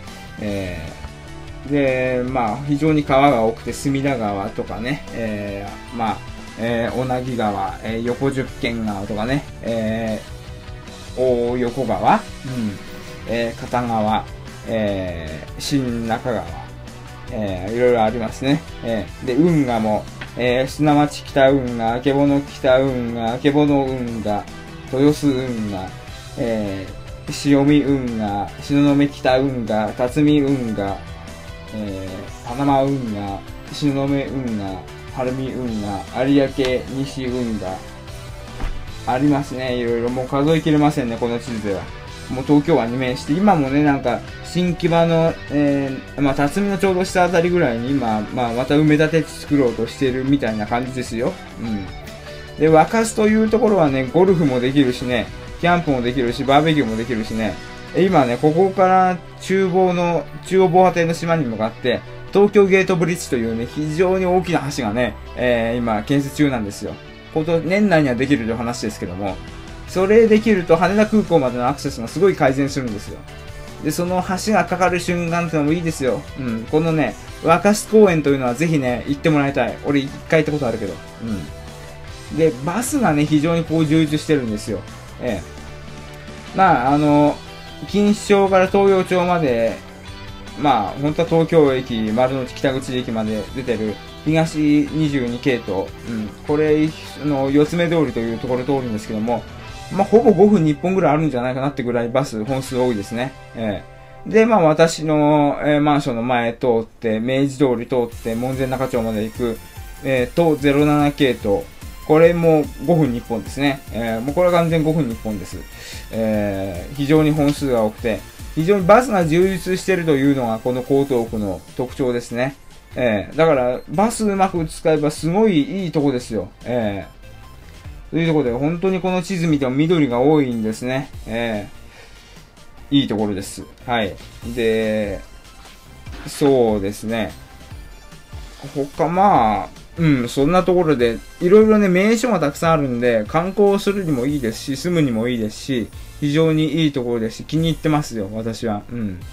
で、まあ、非常に川が多くて、隅田川とかね、まあ、小名木川、横十間川とかね、大横川、片川、新中川、いろいろありますね。で、運河も、砂町北運河、曙北運河、曙運河、豊洲運河、塩見運河、東雲北運河、辰巳運河、パナマ運河、東雲運河、晴海運河、有明西運河、ありますね。いろいろもう数えきれませんね、この地図では。もう東京湾に面して、今もね、なんか、新木場の、まあ、辰巳のちょうど下あたりぐらいに今、まあ、また埋め立て地作ろうとしてるみたいな感じですよ。うん。で、若洲というところはね、ゴルフもできるしね、キャンプもできるし、バーベキューもできるしね、今ね、ここから中央防波堤の島に向かって、東京ゲートブリッジというね、非常に大きな橋がね、今、建設中なんですよ。年内にはできるという話ですけども、それできると羽田空港までのアクセスがすごい改善するんですよ。で、その橋がかかる瞬間ってのもいいですよ。うん。このね、若洲公園というのはぜひね、行ってもらいたい。俺一回行ったことあるけど。うん。で、バスがね、非常にこう充実してるんですよ。まあ、錦糸町から東洋町まで、まあ、本当は東京駅、丸の内北口駅まで出てる東22系統。うん。これ、四つ目通りというところ通るんですけども、まあ、ほぼ5分に1本ぐらいあるんじゃないかなってぐらいバス本数多いですね。で、まあ、私の、マンションの前通って、明治通り通って、門前仲町まで行く、と07系統。これも5分に1本ですね。もうこれは完全5分に1本です。非常に本数が多くて、非常にバスが充実しているというのがこの江東区の特徴ですね。だから、バスうまく使えばすごいいいとこですよ。というところで、本当にこの地図見ても緑が多いんですね。いいところです。はい。で、そうですね。他、まあ、そんなところで、いろいろね、名所がたくさんあるんで、観光するにもいいですし、住むにもいいですし、非常にいいところですし、気に入ってますよ、私は。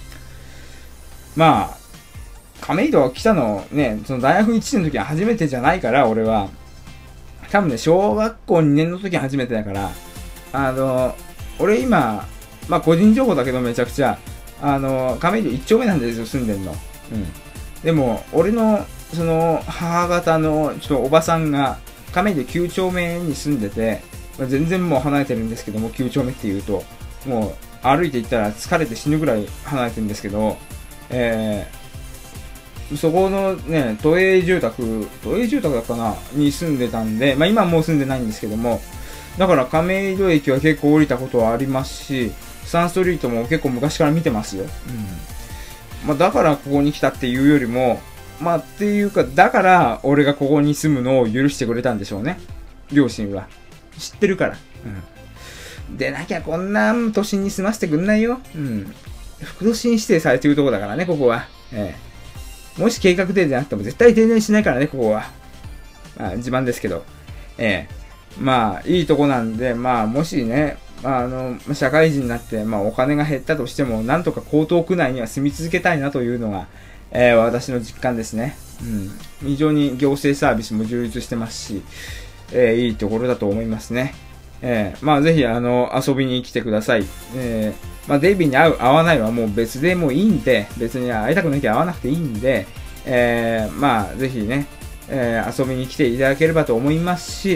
まあ、亀戸来たのね、その大学1年の時は初めてじゃないから、俺は。多分ね、小学校2年の時は初めてだから、俺今、まあ個人情報だけどめちゃくちゃ、亀戸1丁目なんですよ、住んでんの。でも、俺の、その、母方の、ちょっとおばさんが、亀戸9丁目に住んでて、まあ、全然もう離れてるんですけども、9丁目って言うと、もう、歩いて行ったら疲れて死ぬぐらい離れてるんですけど、 そこのね、都営住宅だったかなに住んでたんで、まあ今はもう住んでないんですけども、だから亀戸駅は結構降りたことはありますし、サンストリートも結構昔から見てますよ。まあだからここに来たっていうよりも、まあっていうか、だから俺がここに住むのを許してくれたんでしょうね。両親は。知ってるから。でなきゃこんな都心に住ませてくんないよ。副都心指定されてるとこだからね、ここは。もし計画停電あっても絶対停電しないからね、ここは。まあ自慢ですけど。まあいいとこなんで、まあもしね、社会人になって、まあお金が減ったとしても、なんとか江東区内には住み続けたいなというのが、私の実感ですね。非常に行政サービスも充実してますし、いいところだと思いますね。まあぜひ遊びに来てください。まあデイビーに会わないはもう別でもいいんで、別に会いたくなきゃ会わなくていいんで、まあぜひね、遊びに来ていただければと思いますし、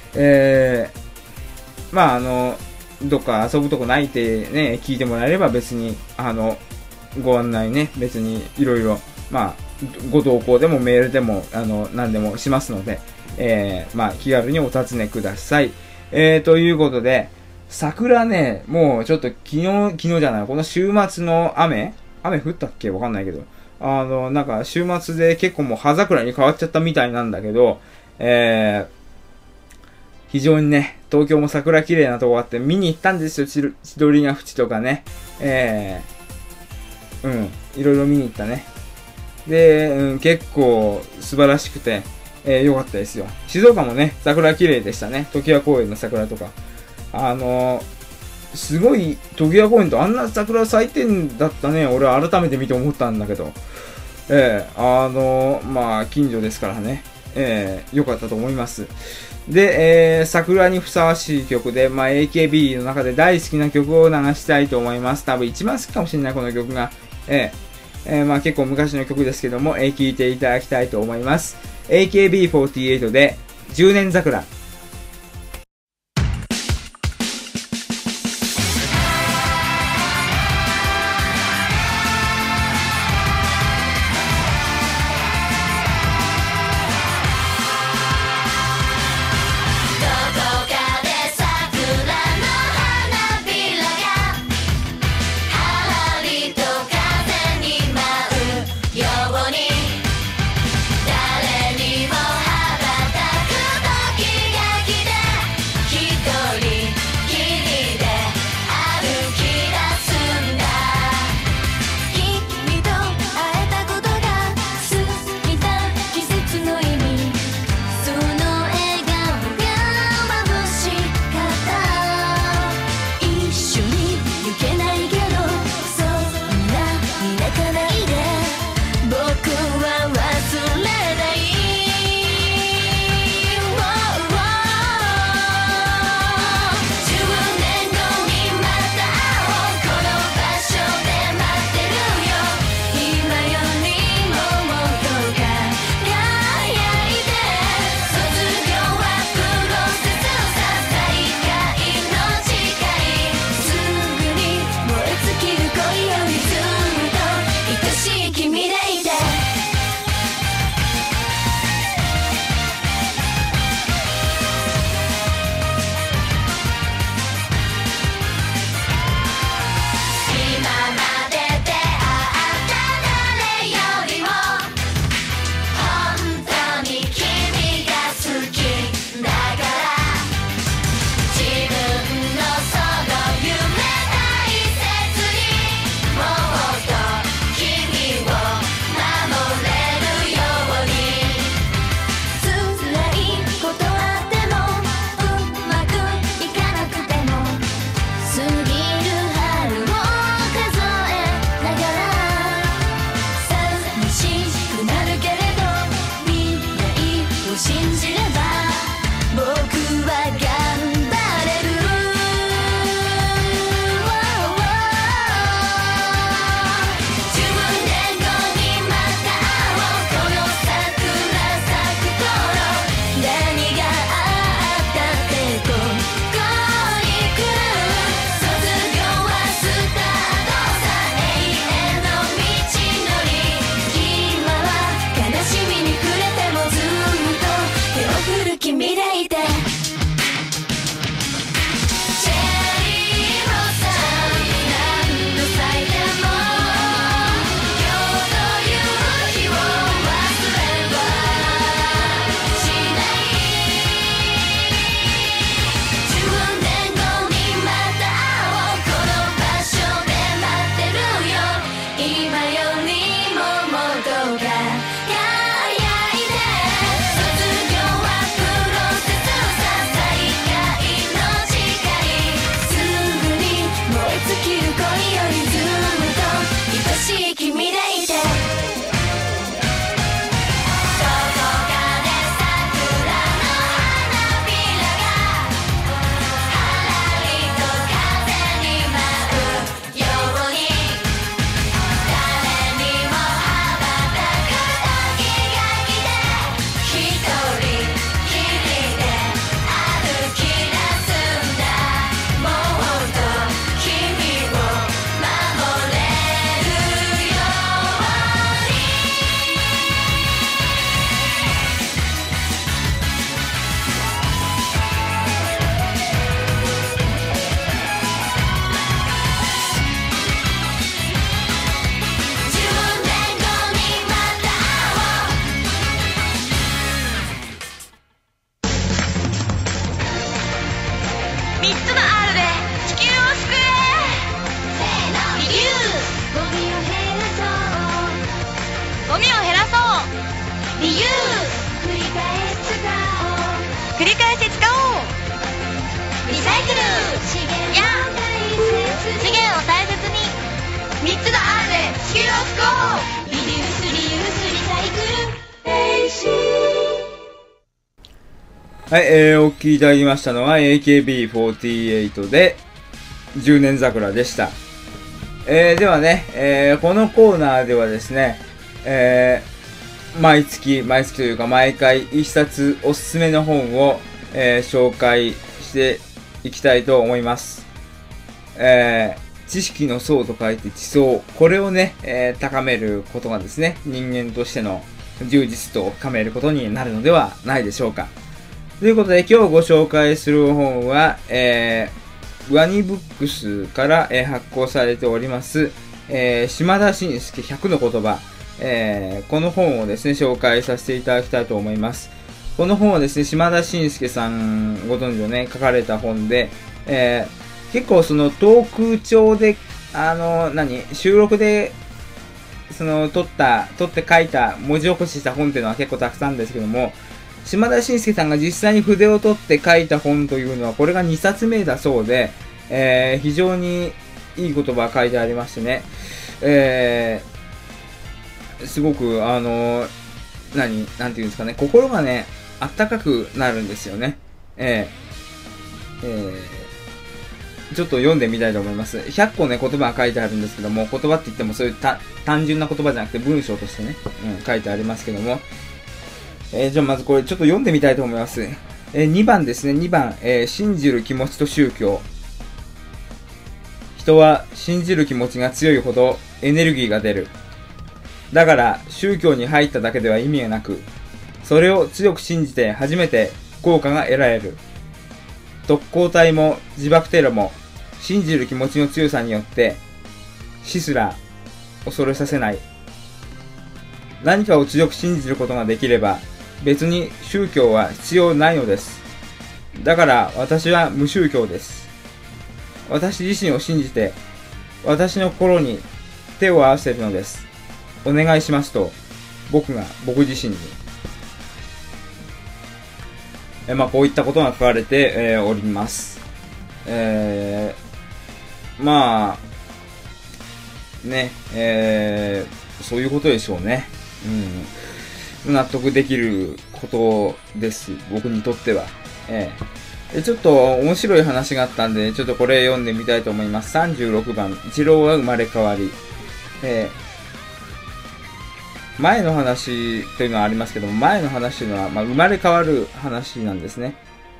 まあどっか遊ぶとこないってね、聞いてもらえれば別に、ご案内ね、別にいろいろ、まあ、ご同行でもメールでも、何でもしますので、まあ、気軽にお尋ねください。ということで、桜ね、もうちょっと昨日じゃない、この週末の雨降ったっけわかんないけど、なんか週末で結構もう葉桜に変わっちゃったみたいなんだけど、非常にね、東京も桜綺麗なとこあって見に行ったんですよ、千鳥ヶ淵とかね。いろいろ見に行ったね。で、結構素晴らしくて、良かったですよ。静岡もね、桜綺麗でしたね。常盤公園の桜とか。すごい、常盤公園とあんな桜咲いてんだったね。俺は改めて見て思ったんだけど。まあ、近所ですからね。良かったと思います。で、桜にふさわしい曲で、まあ、AKB の中で大好きな曲を流したいと思います。多分一番好きかもしれない、この曲が。まあ、結構昔の曲ですけども、聴いていただきたいと思います。AKB48 で、10年桜。 誰にも羽ばたく時が 3つの R で地球を救え。せーの、リユー。ゴミを減らそう。ゴミを減らそう。リユー。繰り返し使おう。繰り返し使おう。リサイクル。資源を大切に。3つの R で地球を救おう。リデュース、リユース、リサイクル。 はい、お聞きいただきましたのは AKB48 で10年桜でした。ではね、このコーナーではですね、毎月というか毎回一冊おすすめの本を、紹介していきたいと思います。知識の層と書いて知層。これをね、高めることがですね、人間としての充実度を深めることになるのではないでしょうか。ということで今日ご紹介する本は、ワニブックスから、発行されております、島田紳介100の言葉、この本をですね紹介させていただきたいと思います。この本はですね島田紳介さんご存知のね書かれた本で、結構そのトーク調で収録でその撮って書いた文字起こしした本っていうのは結構たくさんですけども、島田紳介さんが実際に筆を取って書いた本というのはこれが2冊目だそうで、非常にいい言葉が書いてありましてね、すごくなんていうんですかね、心がねあったかくなるんですよね。ちょっと読んでみたいと思います。100個ね言葉が書いてあるんですけども、言葉って言ってもそういう単純な言葉じゃなくて文章としてね、書いてありますけども、じゃあまずこれちょっと読んでみたいと思います。2番ですね。2番、信じる気持ちと宗教。人は信じる気持ちが強いほどエネルギーが出る。だから宗教に入っただけでは意味がなく、それを強く信じて初めて効果が得られる。特攻隊も自爆テロも信じる気持ちの強さによって死すら恐れさせない。何かを強く信じることができれば別に宗教は必要ないのです。だから私は無宗教です。私自身を信じて私の心に手を合わせるのです。お願いしますと僕自身に、こういったことが書かれて、おります。そういうことでしょうね。納得できることです。僕にとっては。ちょっと面白い話があったんで、ちょっとこれ読んでみたいと思います。36番、一郎は生まれ変わり。前の話というのはありますけども、前の話というのは、生まれ変わる話なんですね。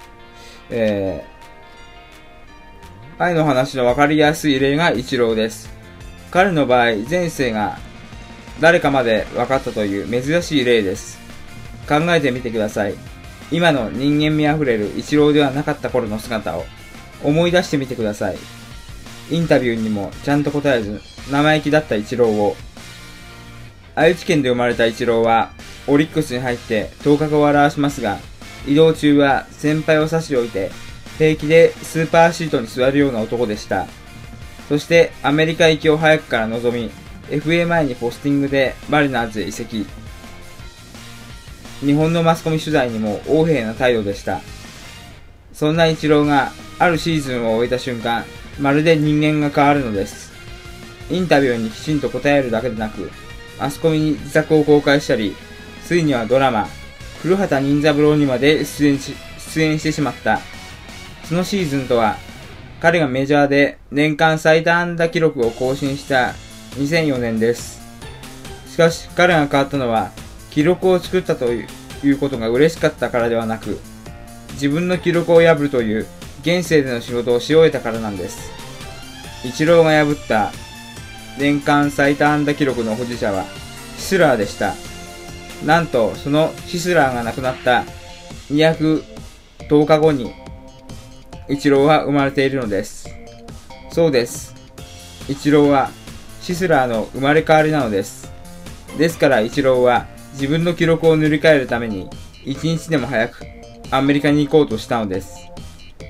前の話の分かりやすい例が一郎です。彼の場合、前世が誰かまで分かったという珍しい例です。考えてみてください。今の人間味あふれる一郎ではなかった頃の姿を思い出してみてください。インタビューにもちゃんと答えず生意気だった一郎を。愛知県で生まれた一郎はオリックスに入って頭角を現しますが、移動中は先輩を差し置いて平気でスーパーシートに座るような男でした。そしてアメリカ行きを早くから望み、FA 前にポスティングでマリナーズへ移籍。日本のマスコミ取材にも横柄な態度でした。そんなイチローがあるシーズンを終えた瞬間、まるで人間が変わるのです。インタビューにきちんと答えるだけでなく、マスコミに自作を公開したり、ついにはドラマ、古畑任三郎にまで出演してしまった。そのシーズンとは、彼がメジャーで年間最多安打記録を更新した2004年です。しかし彼が変わったのは、記録を作ったということが嬉しかったからではなく、自分の記録を破るという現世での仕事をし終えたからなんです。イチローが破った年間最多安打記録の保持者はヒスラーでした。なんとそのヒスラーが亡くなった210日後にイチローは生まれているのです。そうです。イチローはヒスラーの生まれ変わりなのです。ですからイチローは自分の記録を塗り替えるために一日でも早くアメリカに行こうとしたのです。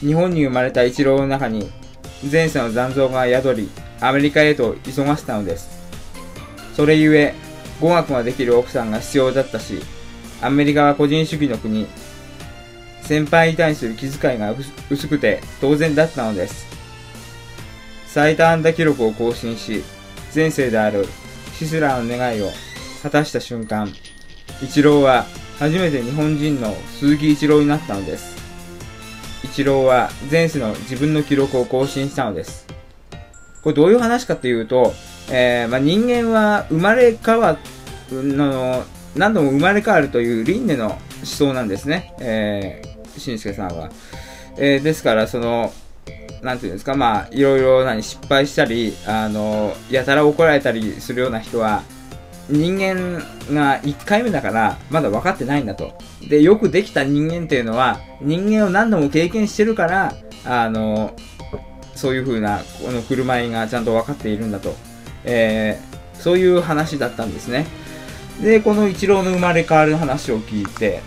日本に生まれたイチローの中に前世の残像が宿り、アメリカへと急がせたのです。それゆえ、語学ができる奥さんが必要だったし、アメリカは個人主義の国、先輩に対する気遣いが薄くて当然だったのです。最多安打記録を更新し、前世であるシスラーの願いを果たした瞬間、イチローは初めて日本人の鈴木一郎になったのです。イチローは前世の自分の記録を更新したのです。これどういう話かというと、人間は生まれ変わ何度も生まれ変わるという輪廻の思想なんですね。しんすけさんは。ですから、なんていうんですか、いろいろ失敗したり、やたら怒られたりするような人は、人間が1回目だから、まだ分かってないんだと。で、よくできた人間っていうのは、人間を何度も経験してるから、そういう風な、この振る舞いがちゃんと分かっているんだと。そういう話だったんですね。で、このイチローの生まれ変わる話を聞いて、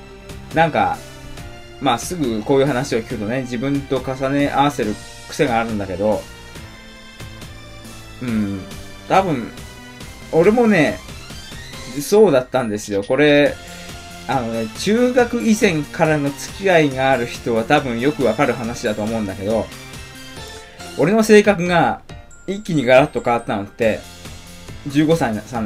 すぐこういう話を聞くとね、自分と重ね合わせる癖があるんだけど、多分、俺もね、そうだったんですよ。これ、中学以前からの付き合いがある人は多分よくわかる話だと思うんだけど、俺の性格が一気にガラッと変わったのって、15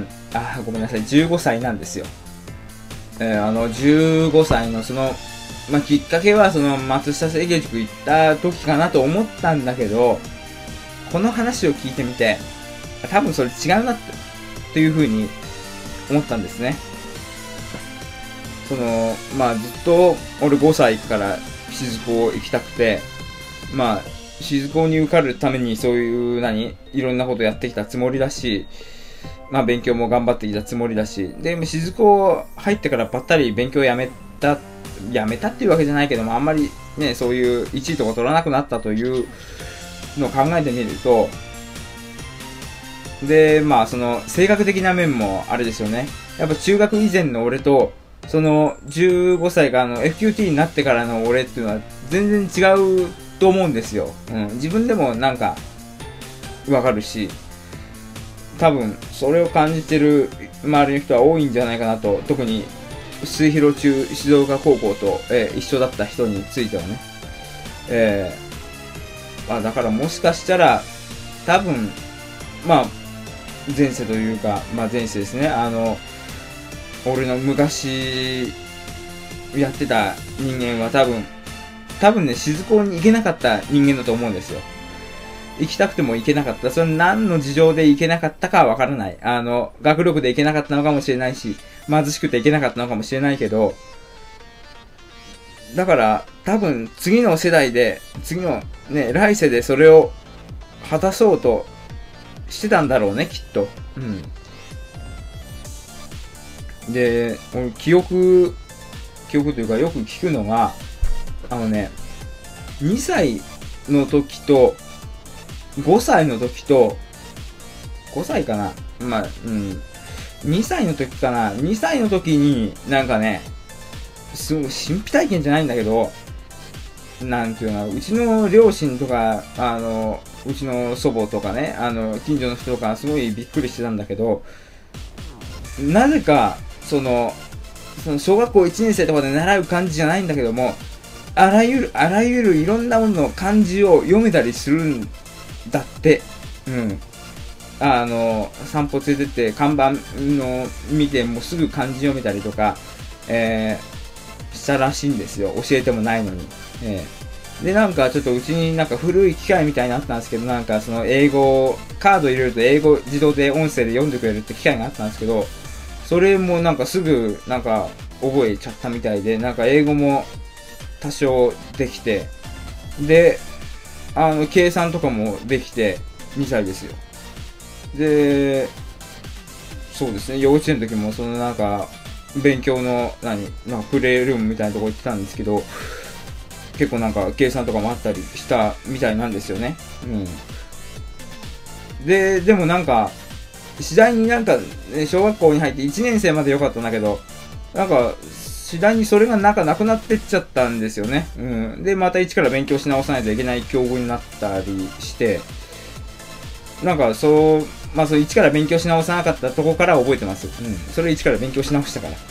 歳なんですよ。15歳のきっかけは松下整形塾行った時かなと思ったんだけど、この話を聞いてみて、多分それ違うなっていう風に思ったんですね。ずっと俺5歳から静子行きたくて、静子に受かるためにそういういろんなことやってきたつもりだし、勉強も頑張ってきたつもりだし、で、静子入ってからばったり勉強やめたっていうわけじゃないけども、あんまりね、そういう1位とか取らなくなったというのを考えてみると、で、性格的な面もあれですよね。やっぱ中学以前の俺と、15歳からの FQT になってからの俺っていうのは全然違うと思うんですよ。自分でもわかるし、多分それを感じてる周りの人は多いんじゃないかなと、特に末広中静岡高校と、一緒だった人についてはね。だからもしかしたら、多分、前世というか、前世ですね。俺の昔、やってた人間は多分ね、静子に行けなかった人間だと思うんですよ。行きたくても行けなかった。それ何の事情で行けなかったかはわからない。学力で行けなかったのかもしれないし、貧しくて行けなかったのかもしれないけど、だから多分次の世代で、次のね、来世でそれを果たそうとしてたんだろうね、きっと。で、俺記憶というかよく聞くのが、2歳の時と、5歳の時と、5歳かな2歳の時かな ?2 歳の時にすごい神秘体験じゃないんだけど、うちの両親とか、うちの祖母とかね、近所の人とかすごいびっくりしてたんだけど、なぜか、その小学校1年生とかで習う漢字じゃないんだけども、あらゆるいろんなものの漢字を読めたりするんだって。散歩連れてって看板の見てもうすぐ漢字読めたりとか、したらしいんですよ。教えてもないのに。で、ちょっとうちに古い機械みたいにあったんですけど、英語、カード入れると英語自動で音声で読んでくれるって機械があったんですけど、それもすぐ覚えちゃったみたいで、英語も多少できて、で、計算とかもできて、2歳ですよ。で、そうですね、幼稚園の時も勉強のプレイルームみたいなとこ行ってたんですけど、結構計算とかもあったりしたみたいなんですよね。でも次第に小学校に入って1年生まで良かったんだけど、 次第にそれがなくなってっちゃったんですよね。で、また一から勉強し直さないといけない境遇になったりして、そう一から勉強し直さなかったとこから覚えてます。それ一から勉強し直したから。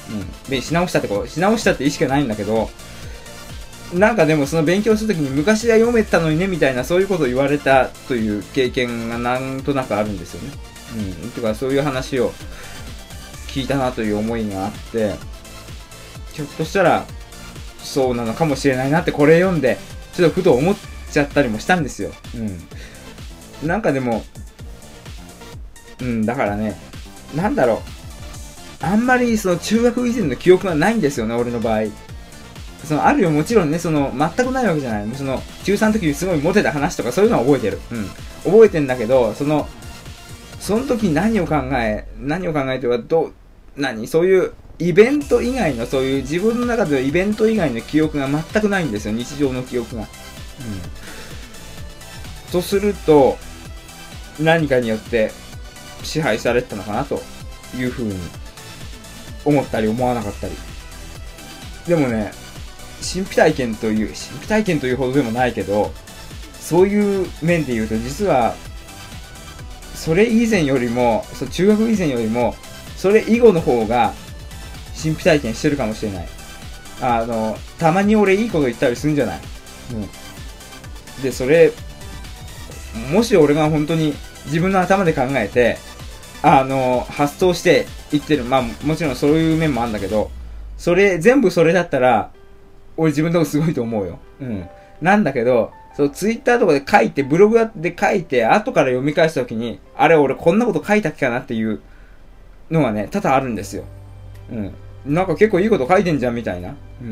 し直したって意識はないんだけど、でもその勉強するときに昔は読めたのにねみたいな、そういうことを言われたという経験がなんとなくあるんですよね。とかそういう話を聞いたなという思いがあって、ひょっとしたらそうなのかもしれないなってこれ読んでちょっとふと思っちゃったりもしたんですよ。でもだからね、あんまりその中学以前の記憶がないんですよね、俺の場合。あるよ、もちろんね、全くないわけじゃない。中3の時にすごいモテた話とかそういうのは覚えてる。覚えてんだけど、その時何を考えてはそういうイベント以外の、そういう自分の中でのイベント以外の記憶が全くないんですよ、日常の記憶が。とすると、何かによって支配されてたのかなというふうに思ったり思わなかったり。でもね、神秘体験というほどでもないけど、そういう面で言うと実はそれ以前よりも、中学以前よりもそれ以後の方が神秘体験してるかもしれない。たまに俺いいこと言ったりするんじゃない。で、それもし俺が本当に自分の頭で考えて発想して言ってる、もちろんそういう面もあるんだけど、全部それだったら俺自分のとこすごいと思うよ。なんだけど、ツイッターとかで書いて、ブログで書いて、後から読み返したときに、あれ俺こんなこと書いたっけかなっていうのがね、多々あるんですよ。結構いいこと書いてんじゃんみたいな。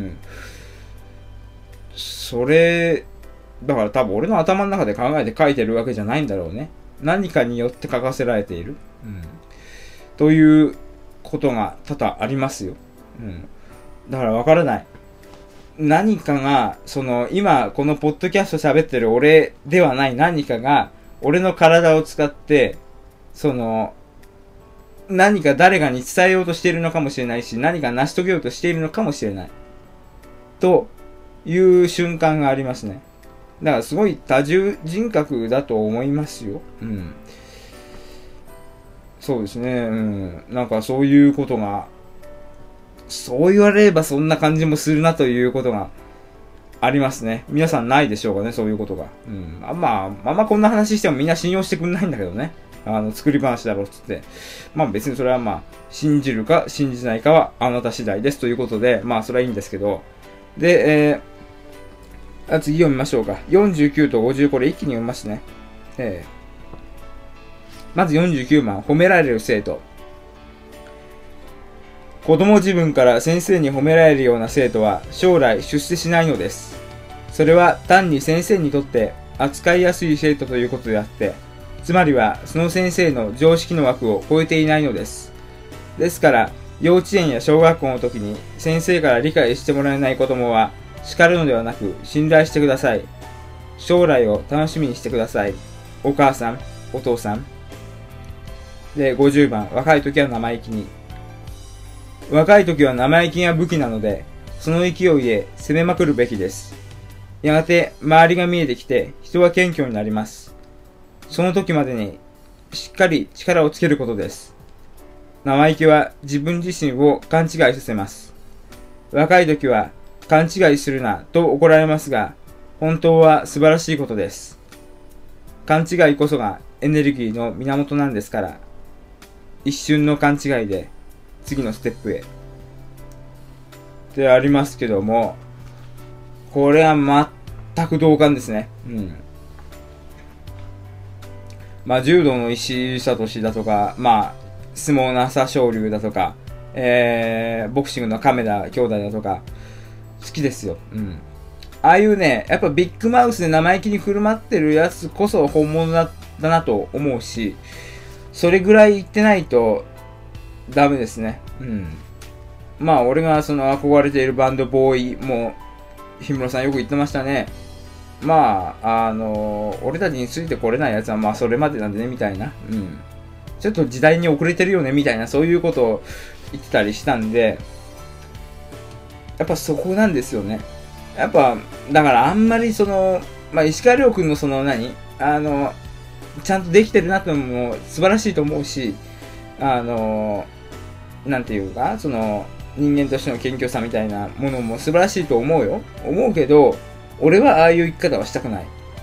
だから多分俺の頭の中で考えて書いてるわけじゃないんだろうね。何かによって書かせられている。ということが多々ありますよ。だからわからない。何かが、今このポッドキャスト喋ってる俺ではない何かが、俺の体を使って、何か誰かに伝えようとしているのかもしれないし、何か成し遂げようとしているのかもしれない。という瞬間がありますね。だからすごい多重人格だと思いますよ。そうですね。そういうことが、そう言われればそんな感じもするなということがありますね。皆さんないでしょうかね、そういうことが。あんまこんな話してもみんな信用してくんないんだけどね。作り話だろうっつって。別にそれは信じるか信じないかはあなた次第ですということで、それはいいんですけど。で、次読みましょうか。49と50、これ一気に読みますね。まず49番、褒められる生徒。子供自分から先生に褒められるような生徒は将来出世しないのです。それは単に先生にとって扱いやすい生徒ということであって、つまりはその先生の常識の枠を超えていないのです。ですから、幼稚園や小学校の時に先生から理解してもらえない子供は叱るのではなく信頼してください。将来を楽しみにしてください。お母さん、お父さん。で、50番、若い時は生意気に。若い時は生意気が武器なので、その勢いで攻めまくるべきです。やがて周りが見えてきて人は謙虚になります。その時までにしっかり力をつけることです。生意気は自分自身を勘違いさせます。若い時は勘違いするなと怒られますが、本当は素晴らしいことです。勘違いこそがエネルギーの源なんですから、一瞬の勘違いで次のステップへってありますけども、これは全く同感ですね。柔道の石井聡だとか、相撲の朝青龍だとか、ボクシングの亀田兄弟だとか好きですよ。ああいうね、やっぱビッグマウスで生意気に振る舞ってるやつこそ本物だなと思うし、それぐらい言ってないとダメですね。俺が憧れているバンドボーイも氷室さんよく言ってましたね。俺たちについてこれないやつはそれまでなんでねみたいな、ちょっと時代に遅れてるよねみたいな、そういうことを言ってたりしたんで、 やっぱそこなんですよね。やっぱ、だからあんまり石川遼君のちゃんとできてるなってのも素晴らしいと思うし、なんていうか、人間としての謙虚さみたいなものも素晴らしいと思うよ。思うけど、俺はああいう生き方はしたくない。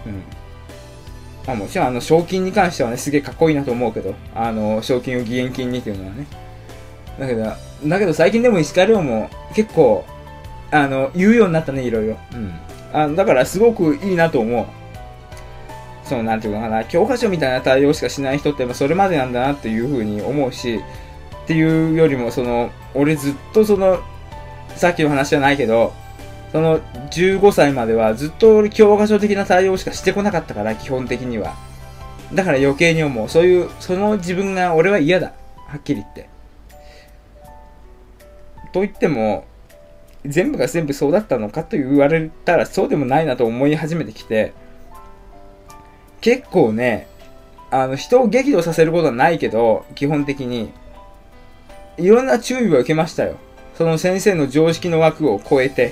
もちろん賞金に関してはね、すげえかっこいいなと思うけど、賞金を義援金にっていうのはね。だけど最近でも石川遼も結構、言うようになったね、いろいろ。だからすごくいいなと思う。なんていうのかな、教科書みたいな対応しかしない人ってそれまでなんだなっていうふうに思うし、っていうよりも俺ずっとさっきの話じゃないけど、15歳まではずっと俺教科書的な対応しかしてこなかったから、基本的には。だから余計に思う。その自分が俺は嫌だ。はっきり言って。と言っても、全部が全部そうだったのかと言われたらそうでもないなと思い始めてきて、結構ね、人を激怒させることはないけど、基本的に、いろんな注意を受けましたよ。その先生の常識の枠を超えて。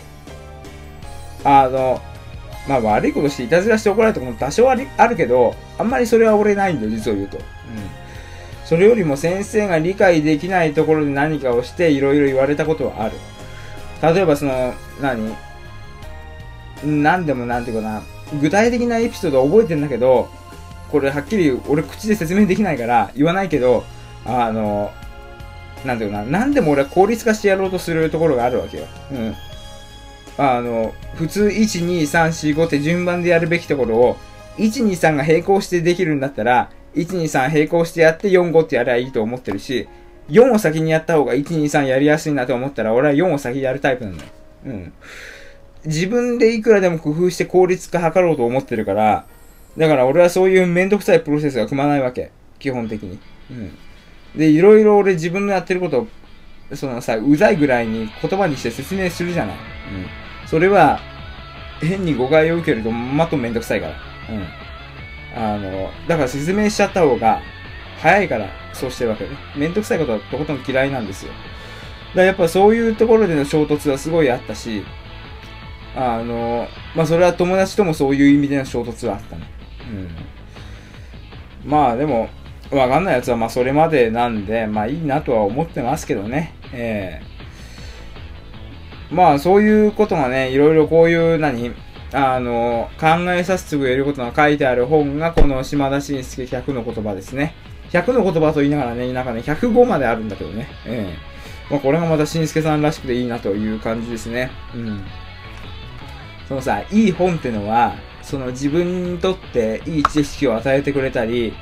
悪いことしていたずらして怒られたことも多少あるけど、あんまりそれは俺ないんだよ、実を言うと。それよりも先生が理解できないところで何かをしていろいろ言われたことはある。例えばなんでもなんていうかな、具体的なエピソードは覚えてんだけど、これはっきり俺口で説明できないから言わないけど、なんていうかな、なんでも俺は効率化してやろうとするところがあるわけよ。普通1、2、3、4、5って順番でやるべきところを、1、2、3が並行してできるんだったら、1、2、3並行してやって4、5ってやればいいと思ってるし、4を先にやった方が1、2、3やりやすいなと思ったら、俺は4を先にやるタイプなのよ。自分でいくらでも工夫して効率化図ろうと思ってるから、だから俺はそういうめんどくさいプロセスが組まないわけ。基本的に。で、いろいろ俺自分のやってることを、うざいぐらいに言葉にして説明するじゃない。それは、変に誤解を受けるとまとめんどくさいから。だから説明しちゃった方が、早いから、そうしてるわけね。めんどくさいことはとことん嫌いなんですよ。だからやっぱそういうところでの衝突はすごいあったし、それは友達ともそういう意味での衝突はあったね。でも、わかんないやつはそれまでなんで、いいなとは思ってますけどね。そういうことがね、いろいろこういう考えさせてくれることが書いてある本が、この島田紳介100の言葉ですね。100の言葉と言いながらね、105まであるんだけどね。これがまた紳介さんらしくていいなという感じですね。いい本ってのは、自分にとっていい知識を与えてくれたり、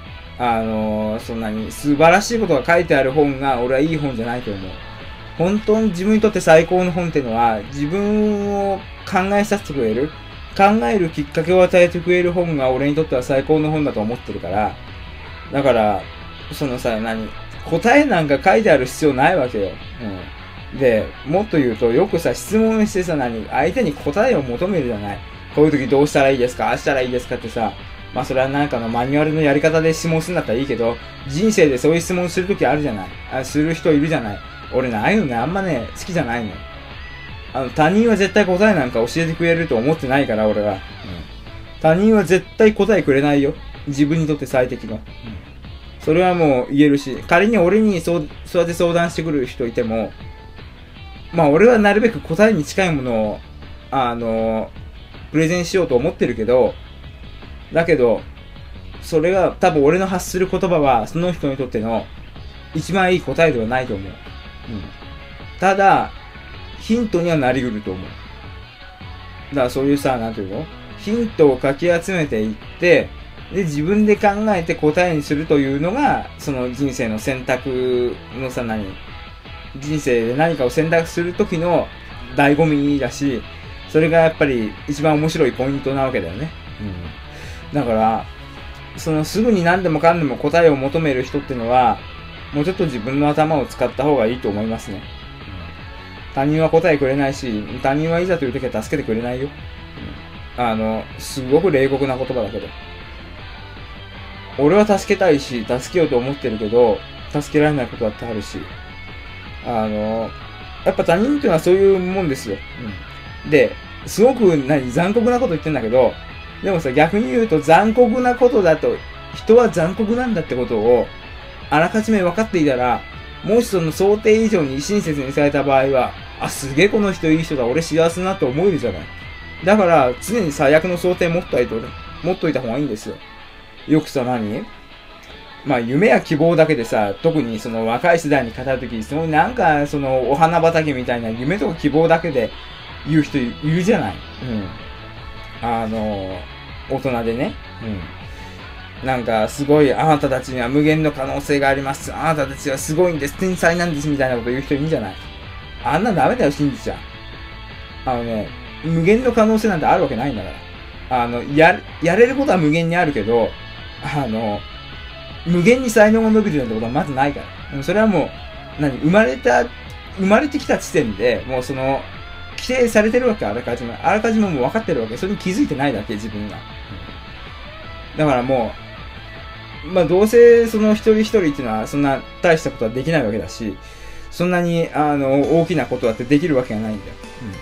素晴らしいことが書いてある本が俺はいい本じゃないと思う。本当に自分にとって最高の本ってのは、自分を考えさせてくれる、考えるきっかけを与えてくれる本が俺にとっては最高の本だと思ってるから、だから、答えなんか書いてある必要ないわけよ。で、もっと言うと、よく質問して相手に答えを求めるじゃない。こういう時どうしたらいいですか、ああしたらいいですかってさ、それはマニュアルのやり方で質問するんだったらいいけど、人生でそういう質問する時あるじゃない。する人いるじゃない。俺ああいうのね、あんまね、好きじゃないの。他人は絶対答えなんか教えてくれると思ってないから、俺は。他人は絶対答えくれないよ。自分にとって最適の。それはもう言えるし、仮に俺にそうやって相談してくる人いても、俺はなるべく答えに近いものを、プレゼンしようと思ってるけど、だけど、それが多分俺の発する言葉は、その人にとっての一番いい答えではないと思う。ただ、ヒントにはなり得ると思う。だからそういうヒントをかき集めていって、で、自分で考えて答えにするというのが、その人生の選択の人生で何かを選択するときの醍醐味だし、それがやっぱり一番面白いポイントなわけだよね。だから、すぐに何でもかんでも答えを求める人ってのは、もうちょっと自分の頭を使った方がいいと思いますね。他人は答えくれないし、他人はいざという時は助けてくれないよ。すごく冷酷な言葉だけど。俺は助けたいし、助けようと思ってるけど、助けられないことだってあるし、 やっぱ他人っていうのはそういうもんですよ。で、すごく残酷なこと言ってんだけど、でもさ、逆に言うと残酷なことだと、人は残酷なんだってことを、あらかじめ分かっていたら、もしその想定以上に親切にされた場合は、あ、すげえこの人いい人だ、俺幸せだなって思えるじゃない。だから、常に最悪の想定持っといた方がいいんですよ。よくさ、まあ、夢や希望だけでさ、特にその若い世代に語るとき、すごいなんか、そのお花畑みたいな夢とか希望だけで言う人いるじゃない。大人でね。なんか、すごい、あなたたちには無限の可能性があります。あなたたちはすごいんです。天才なんです。みたいなこと言う人いるんじゃない。あんなダメだよ、信じちゃう。無限の可能性なんてあるわけないんだから。やれることは無限にあるけど、無限に才能が伸びるなんてことはまずないから。それはもう、生まれてきた地点で、もうその、規定されてるわけ、あらかじめもう分かってるわけ。それに気づいてないだけ、自分が。だからもう、まあどうせその一人一人っていうのはそんな大したことはできないわけだし、そんなに大きなことだってできるわけがないんだよ。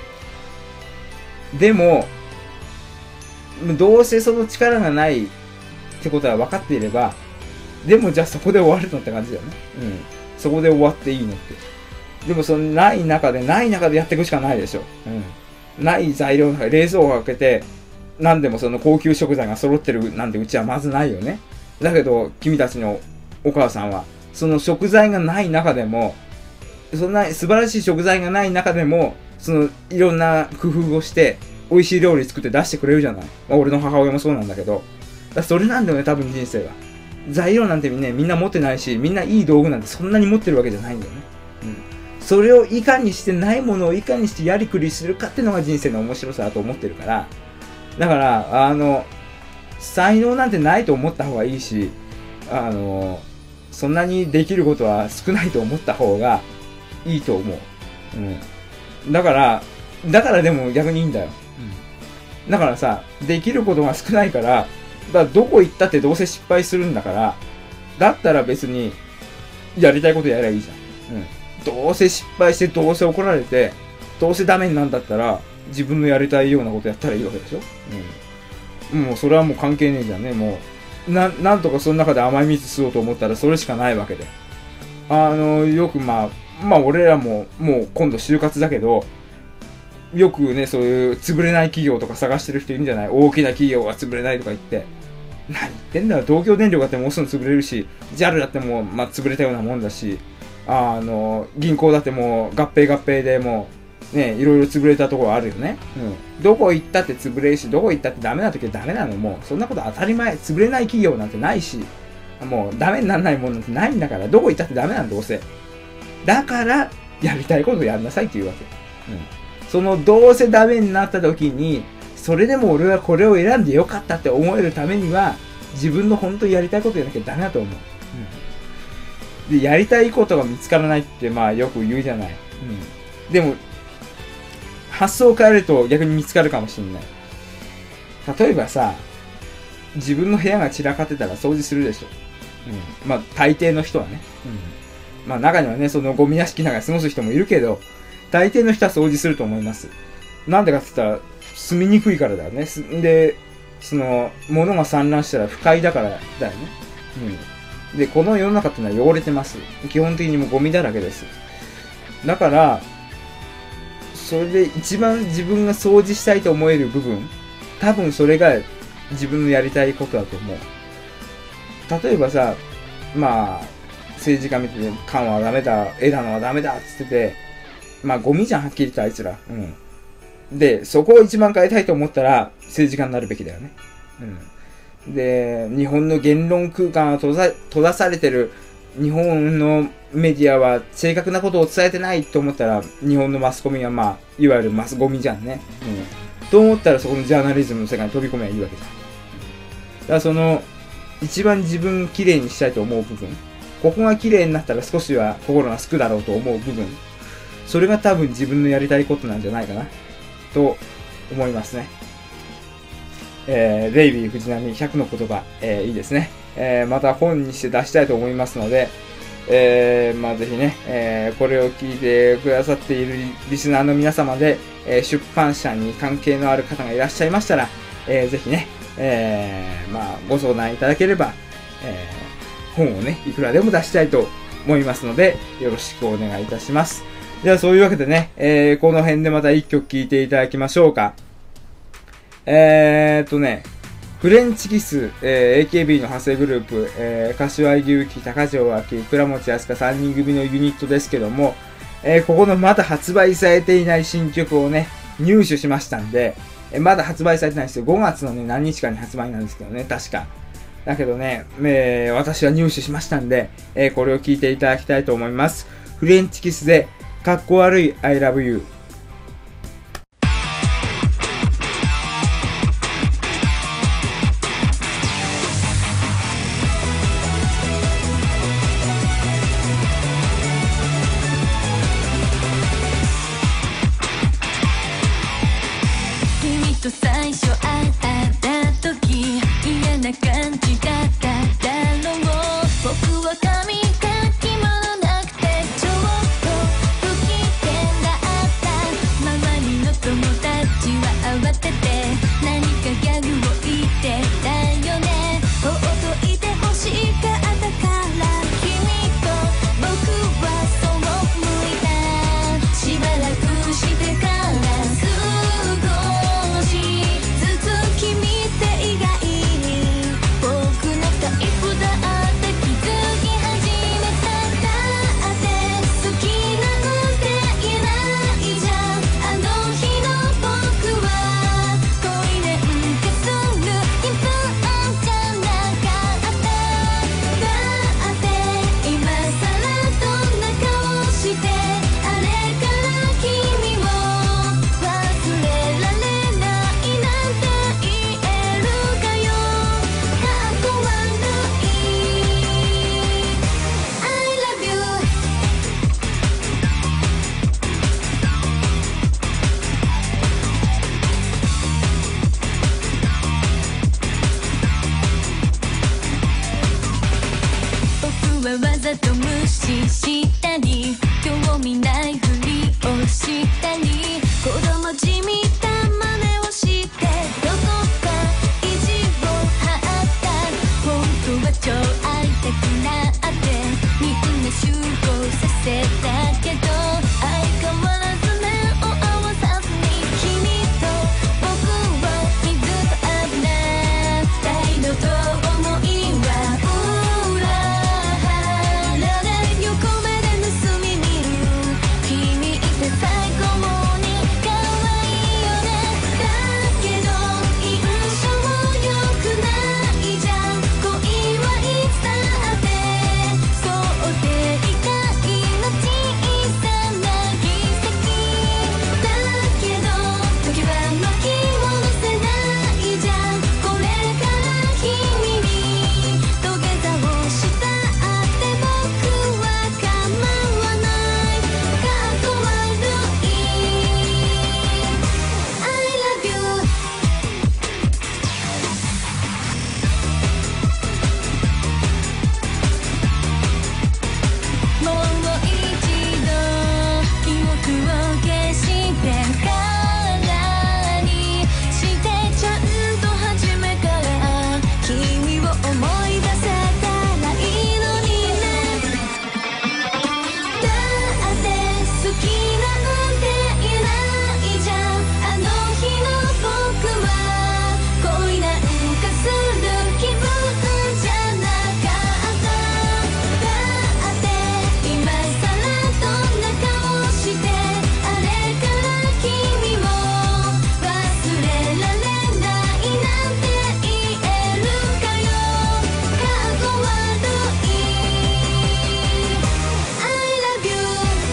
でも、どうせその力がないってことは分かっていれば、でもじゃあそこで終わるのって感じだよね。そこで終わっていいのって。でもそのない中でやっていくしかないでしょ。ない材料が冷蔵庫を開けて、何でもその高級食材が揃ってるなんてうちはまずないよね。だけど君たちのお母さんはその食材がない中でも、そんな素晴らしい食材がない中でも、そのいろんな工夫をして美味しい料理作って出してくれるじゃない。まあ、俺の母親もそうなんだけど、それなんだよね、多分人生は。材料なんてみんな持ってないし、みんないい道具なんてそんなに持ってるわけじゃないんだよね。それをいかにしてないものをいかにしてやりくりするかっていうのが人生の面白さだと思ってるから、だから才能なんてないと思った方がいいし、そんなにできることは少ないと思った方がいいと思う。だからでも逆にいいんだよ。だからさ、できることが少ないから、どこ行ったってどうせ失敗するんだから、だったら別にやりたいことやればいいじゃん。どうせ失敗して、どうせ怒られて、どうせダメになんだったら、自分のやりたいようなことやったらいいわけでしょ。もうそれはもう関係ねえじゃんね。もうなんとかその中で甘い蜜吸おうと思ったらそれしかないわけで、よくまあ俺らももう今度就活だけど、よくね、そういう潰れない企業とか探してる人いるんじゃない。大きな企業が潰れないとか言って、何言ってんだよ。東京電力だってもうすぐ潰れるし、JAL だってもう潰れたようなもんだし、銀行だってもう合併でもうね、いろいろ潰れたところあるよね。どこ行ったって潰れるし、どこ行ったってダメな時はダメなの。もうそんなこと当たり前。潰れない企業なんてないし、もうダメにならないもんなんてないんだから、どこ行ったってダメなんだ、どうせ。だからやりたいことをやんなさいっていうわけ。そのどうせダメになった時に、それでも俺はこれを選んでよかったって思えるためには、自分の本当にやりたいことをやらなきゃダメだと思う。で、やりたいことが見つからないってまあよく言うじゃない。でも発想を変えると逆に見つかるかもしれない。例えばさ、自分の部屋が散らかってたら掃除するでしょ。まあ大抵の人はね。まあ中にはね、そのゴミ屋敷の中で過ごす人もいるけど、大抵の人は掃除すると思います。なんでかって言ったら、住みにくいからだよね。で、その、物が散乱したら不快だからだよね。で、この世の中ってのは汚れてます。基本的にもうゴミだらけです。だから、それで一番自分が掃除したいと思える部分、多分それが自分のやりたいことだと思う。例えばさ、まあ、政治家見てて、缶はダメだ、枝野はダメだって言ってて、まあゴミじゃん、はっきり言ってあいつら。で、そこを一番変えたいと思ったら、政治家になるべきだよね。で、日本の言論空間を閉ざされてる日本のメディアは正確なことを伝えてないと思ったら、日本のマスコミはまあ、いわゆるマスゴミじゃんね。と思ったらそこのジャーナリズムの世界に飛び込めばいいわけじゃん。だからその、一番自分きれいにしたいと思う部分、ここがきれいになったら少しは心がすくだろうと思う部分、それが多分自分のやりたいことなんじゃないかな、と思いますね。レイビー藤波100の言葉、いいですね。また本にして出したいと思いますので、 まあぜひね、これを聞いてくださっているリスナーの皆様で、出版社に関係のある方がいらっしゃいましたら、ぜひね、まあご相談いただければ、本をね、いくらでも出したいと思いますので、よろしくお願いいたします。ではそういうわけでね、この辺でまた一曲聴いていただきましょうか。フレンチキス、AKB の派生グループ、柏木由紀、高城明、倉持飛鳥3人組のユニットですけども、ここのまだ発売されていない新曲をね、入手しましたんで、まだ発売されてないんですよ。5月のね、何日かに発売なんですけどね、確か。だけどね、私は入手しましたんで、これを聴いていただきたいと思います。フレンチキスで、かっこ悪い I love you。 君と最初会った時嫌な感じだっただろう。僕は髪かきもなくてちょっと不機嫌だった。周りの友達は慌てて何かギャグを言ってたよね。放っといて欲しかったから君と僕はそう向いた。しばらくしてから少しずつ君って意外に僕のタイプだって気づき始めた。だって好きなんていないじゃん。あの日の僕は恋なんかする気分じゃなかった。だって今さらどんな顔してあれから君を忘れられないなんて言えるかよ。かっこ悪い I love you。 僕はわざと無視したり興味ないふりをしたり子供じみた真似をしてどこか意地を張った。本当は超会いたくなってみんな集合させたけど相変わらず目を合わさずに君と僕はずっと危ないのと思いは裏腹で横目で盗み見る君って最高に可愛いよね。だけど印象良くないじゃん。恋はいつだってそうでいたいの小さな奇跡だけど時は巻き戻せないじゃん。これから君に土下座をしたって僕は構わない。かっこ悪い I love you。 もう一度記憶を消してからにしてちゃんと初めから君を思い出せたらいいのにね。だって好きなんていないじゃん。あの日の僕は恋なんかする気分じゃなかった。だって今さらどんな顔してあれから君を忘れられないなんて言えるかよ。かっこ悪い I love you。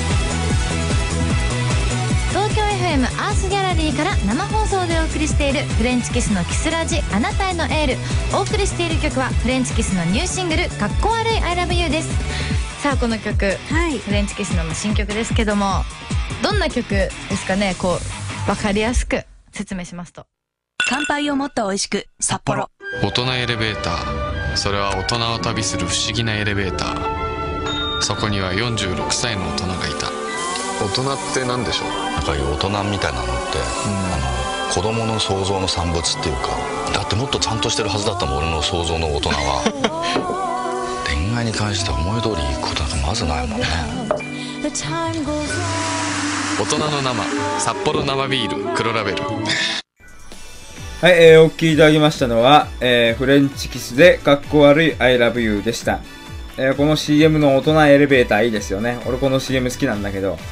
東京 FM アースギャラリーから生放送でお送りしているフレンチキスのキスラジあなたへのエール。お送りしている曲はフレンチキスのニューシングルかっこ悪い I love you です。さあこの曲、フレンチキスの新曲ですけどもどんな曲ですかね。こう分かりやすく説明しますと、 乾杯をもっと美味しく札幌。 大人エレベーター、それは大人を旅する不思議なエレベーター。 そこには46歳の大人がいた。大人って何でしょう？ なんか大人みたいなのって、子供の想像の産物っていうか、だってもっとちゃんとしてるはずだったもん、俺の想像の大人は。恋愛に関しては思い通りいくことなんかまずないもんね。 大人の生、札幌生ビール黒ラベル。 はい、お聴きいただきましたのは、フレンチキスでかっこ悪い I love you でした。この CM の大人エレベーターいいですよね。俺この CM 好きなんだけど、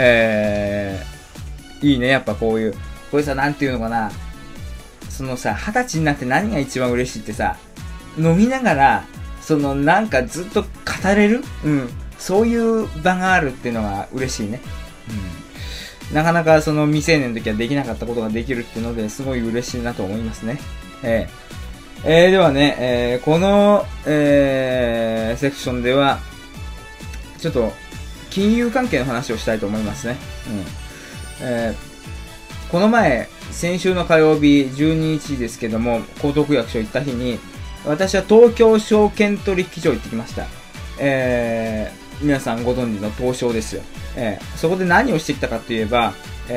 いいね、やっぱこういう、これさ、なんていうのかな、そのさ、20歳になって何が一番嬉しいってさ、飲みながら、そのなんかずっと語れる、そういう場があるっていうのが嬉しいね。なかなかその未成年の時はできなかったことができるっていうので、すごい嬉しいなと思いますね。ではね、この、セクションでは、ちょっと、金融関係の話をしたいと思いますね。この前、先週の火曜日12日ですけども、江東区役所行った日に、私は東京証券取引所行ってきました。皆さんご存知の東証ですよ。そこで何をしてきたかといえば、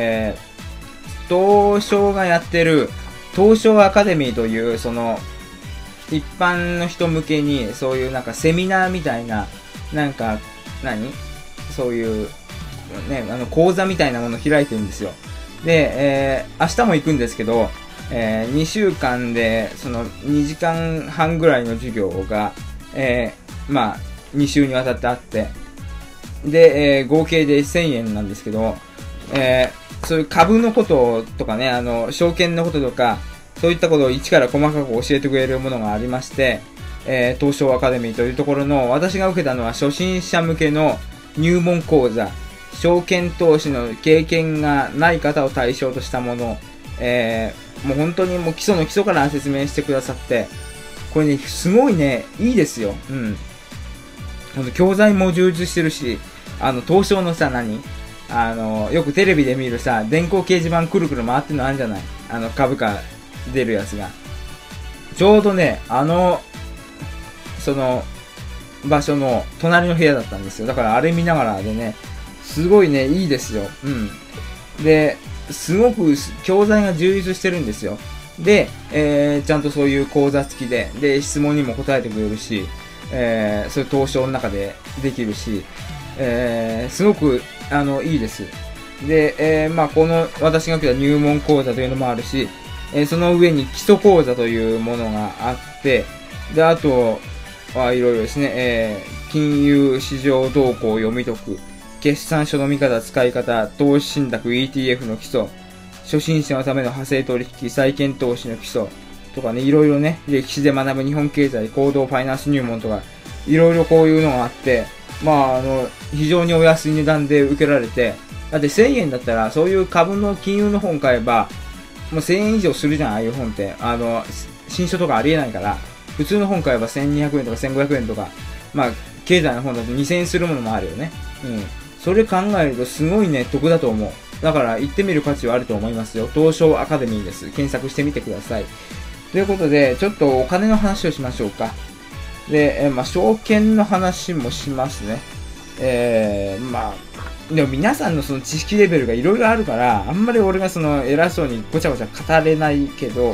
東証がやってる東証アカデミーという、その、一般の人向けに、そういうなんかセミナーみたいな、なんか、そういう、ね、講座みたいなものを開いてるんですよ。で、明日も行くんですけど、2週間で、その、2時間半ぐらいの授業が、まあ、2週にわたってあって、で、合計で1000円なんですけど、そういう株のこととかね、証券のこととか、そういったことを一から細かく教えてくれるものがありまして、東証アカデミーというところの、私が受けたのは初心者向けの入門講座、証券投資の経験がない方を対象としたもの、もう本当にもう基礎の基礎から説明してくださって、これね、すごいね、いいですよ。教材も充実してるし、東証のさ、よくテレビで見るさ、電光掲示板くるくる回ってるのあるんじゃない？株価出るやつが。ちょうどね、その、場所の隣の部屋だったんですよ。だからあれ見ながらでね、すごいね、いいですよ。で、すごく教材が充実してるんですよ。で、ちゃんとそういう講座付きで、質問にも答えてくれるし、そういう東証の中でできるし、すごく、いいです。で、まあ、この、私が受けた入門講座というのもあるし、その上に基礎講座というものがあって、で、あとはいろいろですね、金融市場動向を読み解く、決算書の見方、使い方、投資信託 ETF の基礎、初心者のための派生取引、債券投資の基礎とかね、いろいろね、歴史で学ぶ日本経済、行動ファイナンス入門とか、いろいろこういうのがあって、まあ、非常にお安い値段で受けられて、だって1000円だったら、そういう株の金融の本買えば、もう1000円以上するじゃん、ああいう本って。新書とかありえないから、普通の本買えば1200円とか1500円とか、まあ、経済の本だと2000円するものもあるよね。それ考えるとすごいね、得だと思う。だから行ってみる価値はあると思いますよ。東証アカデミーです。検索してみてください。ということで、ちょっとお金の話をしましょうか。で、まあ、証券の話もしますね。まあ、でも皆さんのその知識レベルがいろいろあるから、あんまり俺がその偉そうにごちゃごちゃ語れないけど、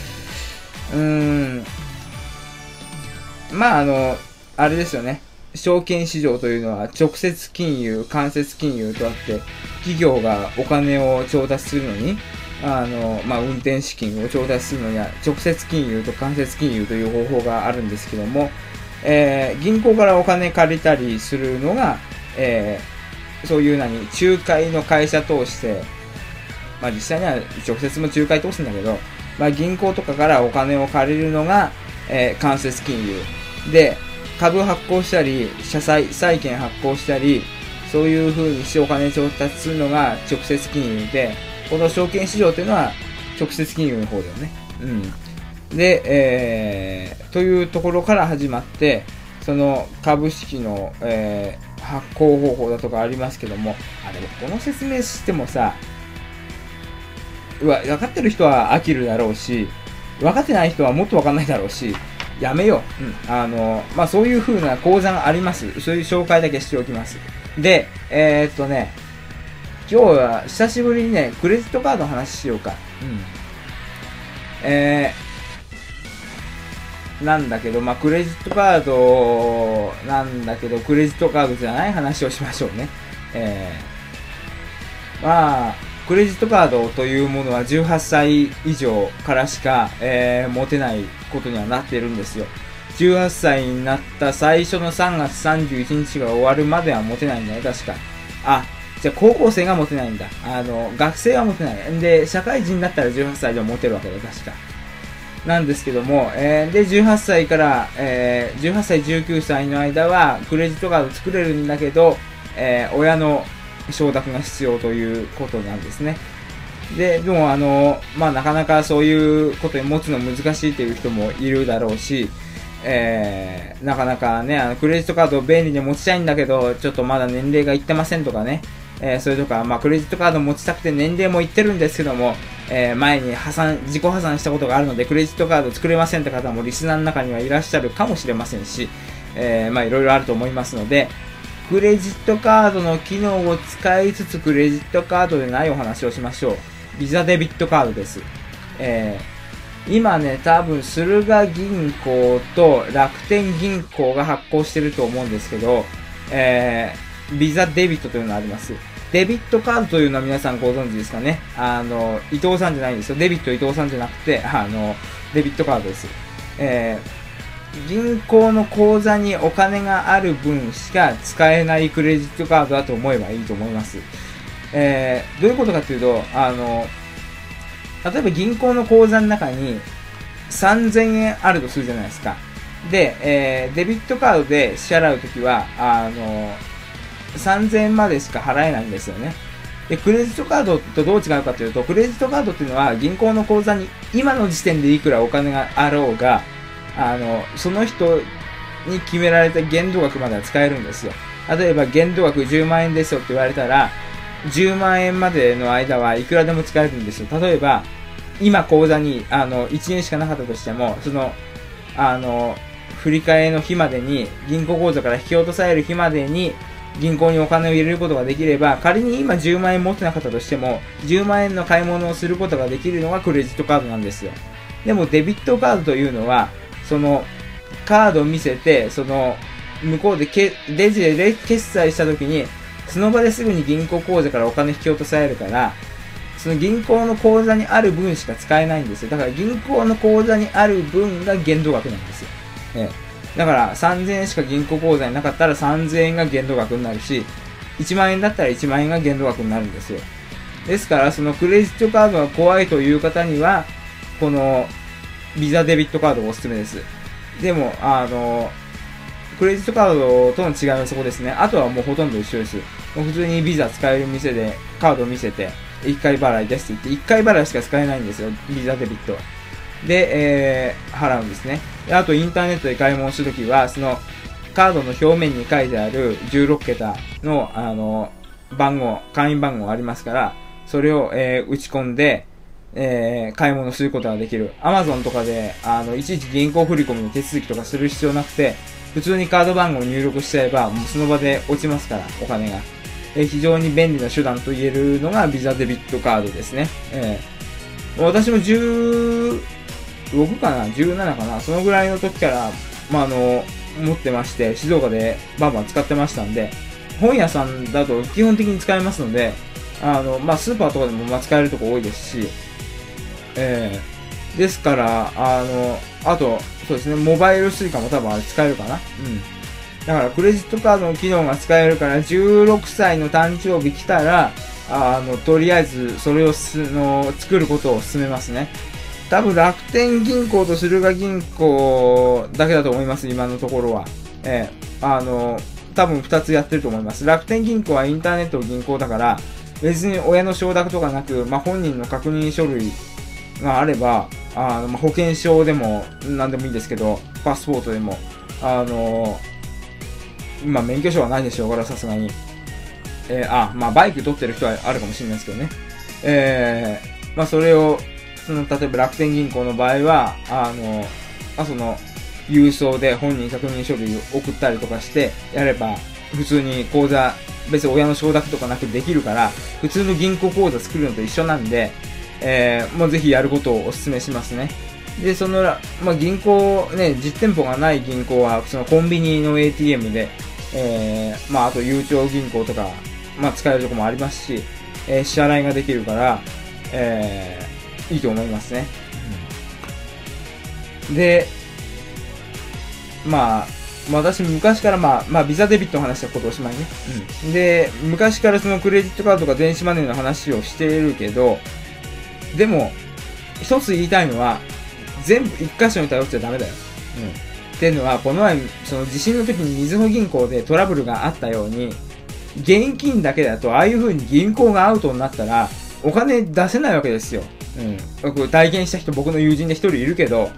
まああれですよね。証券市場というのは直接金融、間接金融とあって、企業がお金を調達するのに、まあ、運転資金を調達するのには直接金融と間接金融という方法があるんですけども、銀行からお金借りたりするのが、そういう仲介の会社通して、まあ実際には直接も仲介通すんだけど、まあ銀行とかからお金を借りるのが、間接金融。で、株発行したり、債券発行したり、そういう風にしてお金調達するのが直接金融で、この証券市場というのは直接金融の方だよね。で、というところから始まって、その株式の、発行方法だとかありますけども、でもこの説明してもさ、分かってる人は飽きるだろうし、分かってない人はもっと分かんないだろうし、 やめよう。まあ、そういう風な講座があります。そういう紹介だけしておきます。で、今日は久しぶりにね、クレジットカードの話しようか。なんだけど、まあ、クレジットカードなんだけど、クレジットカードじゃない話をしましょうね。まあ、クレジットカードというものは18歳以上からしか、持てないことにはなっているんですよ。18歳になった最初の3月31日が終わるまでは持てないんだよ、確か。じゃあ高校生が持てないんだ。学生は持てない。で、社会人になったら18歳でも持てるわけだ、確か。なんですけども、で、18歳から、18歳、19歳の間は、クレジットカード作れるんだけど、親の承諾が必要ということなんですね。でもまあ、なかなかそういうことに持つの難しいという人もいるだろうし、なかなかね、クレジットカードを便利に持ちたいんだけど、ちょっとまだ年齢がいってませんとかね、それとか、まあ、クレジットカードを持ちたくて年齢もいってるんですけども、前に自己破産したことがあるので、クレジットカード作れませんって方もリスナーの中にはいらっしゃるかもしれませんし、まあ、いろいろあると思いますので、クレジットカードの機能を使いつつ、クレジットカードでないお話をしましょう。ビザデビットカードです。今ね、多分、駿河銀行と楽天銀行が発行してると思うんですけど、ビザデビットというのがあります。デビットカードというのは皆さんご存知ですかね。伊藤さんじゃないんですよ。デビット伊藤さんじゃなくて、デビットカードです。銀行の口座にお金がある分しか使えないクレジットカードだと思えばいいと思います。どういうことかというと、例えば銀行の口座の中に3000円あるとするじゃないですか。で、デビットカードで支払うときは、3000円までしか払えないんですよね。で、クレジットカードとどう違うかというと、クレジットカードっていうのは銀行の口座に今の時点でいくらお金があろうが、その人に決められた限度額までは使えるんですよ。例えば限度額10万円ですよって言われたら、10万円までの間はいくらでも使えるんですよ。例えば、今口座に1円しかなかったとしても、振り替えの日までに、銀行口座から引き落とされる日までに、銀行にお金を入れることができれば、仮に今10万円持ってなかったとしても、10万円の買い物をすることができるのがクレジットカードなんですよ。でもデビットカードというのは、そのカードを見せて、向こうでレジで決済した時に、その場ですぐに銀行口座からお金引き落とされるから、その銀行の口座にある分しか使えないんですよ。だから銀行の口座にある分が限度額なんですよ。だから3000円しか銀行口座になかったら3000円が限度額になるし、1万円だったら1万円が限度額になるんですよ。ですから、そのクレジットカードが怖いという方には、このビザデビットカードがおすすめです。でも、クレジットカードとの違いはそこですね。あとはもうほとんど一緒です。もう普通にビザ使える店でカードを見せて、1回払いですって言って、1回払いしか使えないんですよ。ビザデビットは。で、払うんですね。で、あとインターネットで買い物するときは、そのカードの表面に書いてある16桁の、番号、会員番号がありますから、それを、打ち込んで、買い物することができる。Amazon とかで、いちいち銀行振込の手続きとかする必要なくて、普通にカード番号を入力しちゃえば、もうその場で落ちますから、お金が。非常に便利な手段と言えるのがビザデビットカードですね。私も16かな ?17 かなそのぐらいの時から、持ってまして、静岡でバンバン使ってましたんで、本屋さんだと基本的に使えますので、スーパーとかでも使えるとこ多いですし、ですから、あと、そうですね、モバイルSuicaも多分あれ使えるかな。だから、クレジットカードの機能が使えるから、16歳の誕生日来たら、とりあえず、それを作ることを勧めますね。多分、楽天銀行と駿河銀行だけだと思います、今のところは。多分2つやってると思います。楽天銀行はインターネットの銀行だから、別に親の承諾とかなく、本人の確認書類があれば、保険証でも何でもいいですけど、パスポートでも、免許証はないでしょうから、さすがに。バイク取ってる人はあるかもしれないですけどね。例えば楽天銀行の場合は、 郵送で本人確認書類を送ったりとかしてやれば、普通に口座、別に親の承諾とかなくできるから、普通の銀行口座作るのと一緒なんで、もうぜひやることをお勧めしますね。で、銀行ね、実店舗がない銀行は、そのコンビニの ATM で、あと、ゆうちょ銀行とか、使えるとこもありますし、支払いができるから、いいと思いますね。で、私昔からビザデビットの話したことおしまいね。で、昔からそのクレジットカードとか電子マネーの話をしているけど、でも、一つ言いたいのは、全部一箇所に頼っちゃダメだよ。っていうのは、この前、その地震の時にみずほ銀行でトラブルがあったように、現金だけだと、ああいう風に銀行がアウトになったら、お金出せないわけですよ。体験した人、僕の友人で一人いるけど、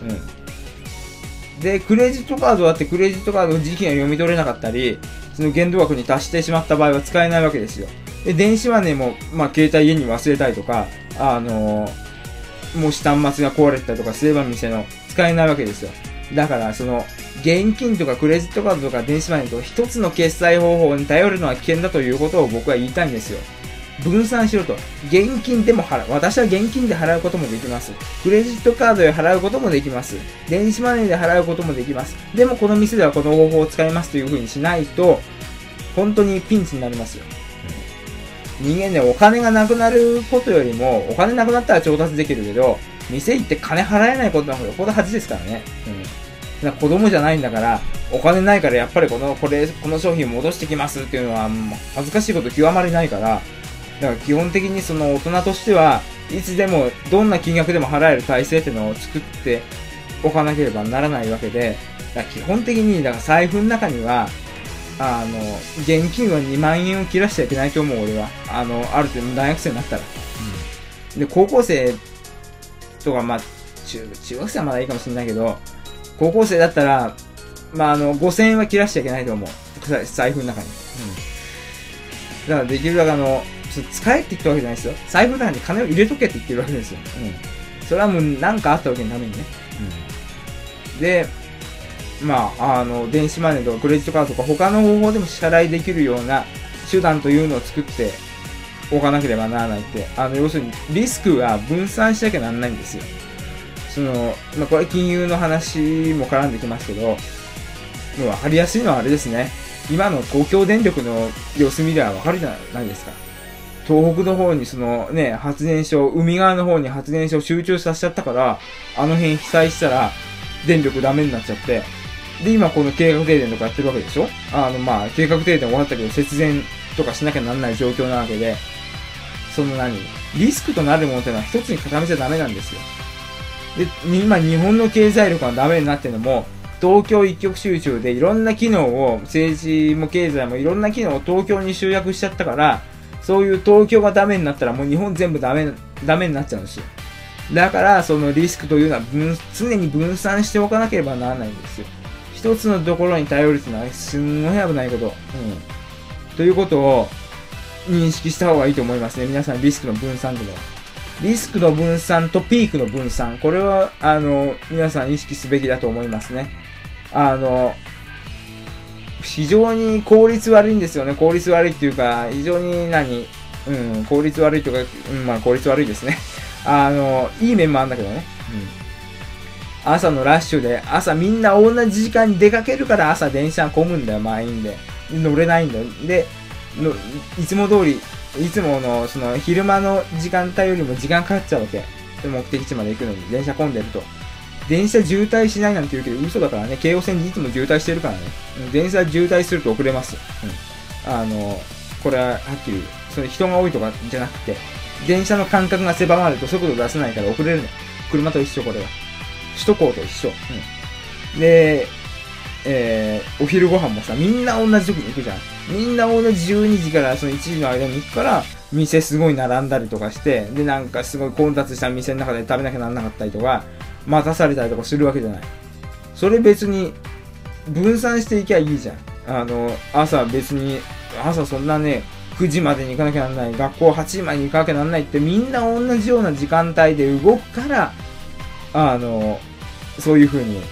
で、クレジットカードだってクレジットカードの時期が読み取れなかったり、その限度額に達してしまった場合は使えないわけですよ。で、電子マネーも、携帯家に忘れたりとか、もし端末が壊れてたりとかすれば店の使えないわけですよ。だから、現金とかクレジットカードとか電子マネーとか一つの決済方法に頼るのは危険だということを僕は言いたいんですよ。分散しろと。現金でも私は現金で払うこともできます。クレジットカードで払うこともできます。電子マネーで払うこともできます。でもこの店ではこの方法を使いますという風にしないと、本当にピンチになりますよ。人間ね、お金がなくなることよりも、お金なくなったら調達できるけど、店行って金払えないことの方がよほど恥ですからね。子供じゃないんだから、お金ないからやっぱりこの商品を戻してきますっていうのは、恥ずかしいこと極まりないから、だから基本的にその大人としてはいつでもどんな金額でも払える体制っていうのを作っておかなければならないわけで、だから基本的に財布の中には現金は2万円を切らしちゃいけないと思う、俺は。ある程度大学生になったら。で、高校生とか、中学生はまだいいかもしれないけど、高校生だったら、5000円は切らしちゃいけないと思う。財布の中に。だからできるだけ使えって言ったわけじゃないですよ。財布の中に金を入れとけって言ってるわけですよ。それはもう何かあったわけのためにね。で、電子マネーとかクレジットカードとか他の方法でも支払いできるような手段というのを作っておかなければならないって、要するにリスクが分散しなきゃならないんですよ。これ金融の話も絡んできますけど、もう分かりやすいのはあれですね。今の東京電力の様子見れば分かるじゃないですか。東北の方に発電所、海側の方に発電所を集中させちゃったから、あの辺被災したら電力ダメになっちゃって、で、今この計画停電とかやってるわけでしょ。計画停電終わったけど節電とかしなきゃならない状況なわけで、リスクとなるものってのは一つに固めちゃダメなんですよ。で、今日本の経済力がダメになってるのも、東京一極集中でいろんな機能を、政治も経済もいろんな機能を東京に集約しちゃったから、そういう東京がダメになったらもう日本全部ダメになっちゃうんですよ。だから、そのリスクというのは常に分散しておかなければならないんですよ。一つのところに頼るっていうのはすんごい危ないこと。ということを認識した方がいいと思いますね。皆さんリスクの分散というのは。リスクの分散とピークの分散。これは、皆さん意識すべきだと思いますね。非常に効率悪いんですよね。効率悪いっていうか、非常に効率悪いとか、効率悪いですね。いい面もあるんだけどね。朝のラッシュで、朝みんな同じ時間に出かけるから朝電車混むんだよ、満員で。乗れないんだよ。で、いつも通り、いつもの、昼間の時間帯よりも時間かかっちゃうわけ。目的地まで行くのに、電車混んでると。電車渋滞しないなんて言うけど、嘘だからね。京王線にいつも渋滞してるからね。電車渋滞すると遅れます。これははっきり言う。人が多いとかじゃなくて、電車の間隔が狭まると速度出せないから遅れるの。車と一緒、これは。首都高と一緒。で、お昼ご飯もさ、みんな同じ時に行くじゃん。みんな同じ12時からその1時の間に行くから、店すごい並んだりとかして、で、なんかすごい混雑した店の中で食べなきゃならなかったりとか、待たされたりとかするわけじゃない。それ別に、分散していきゃいいじゃん。朝別に、朝そんなね、9時までに行かなきゃならない、学校8時までに行かなきゃならないって、みんな同じような時間帯で動くから、そういう風に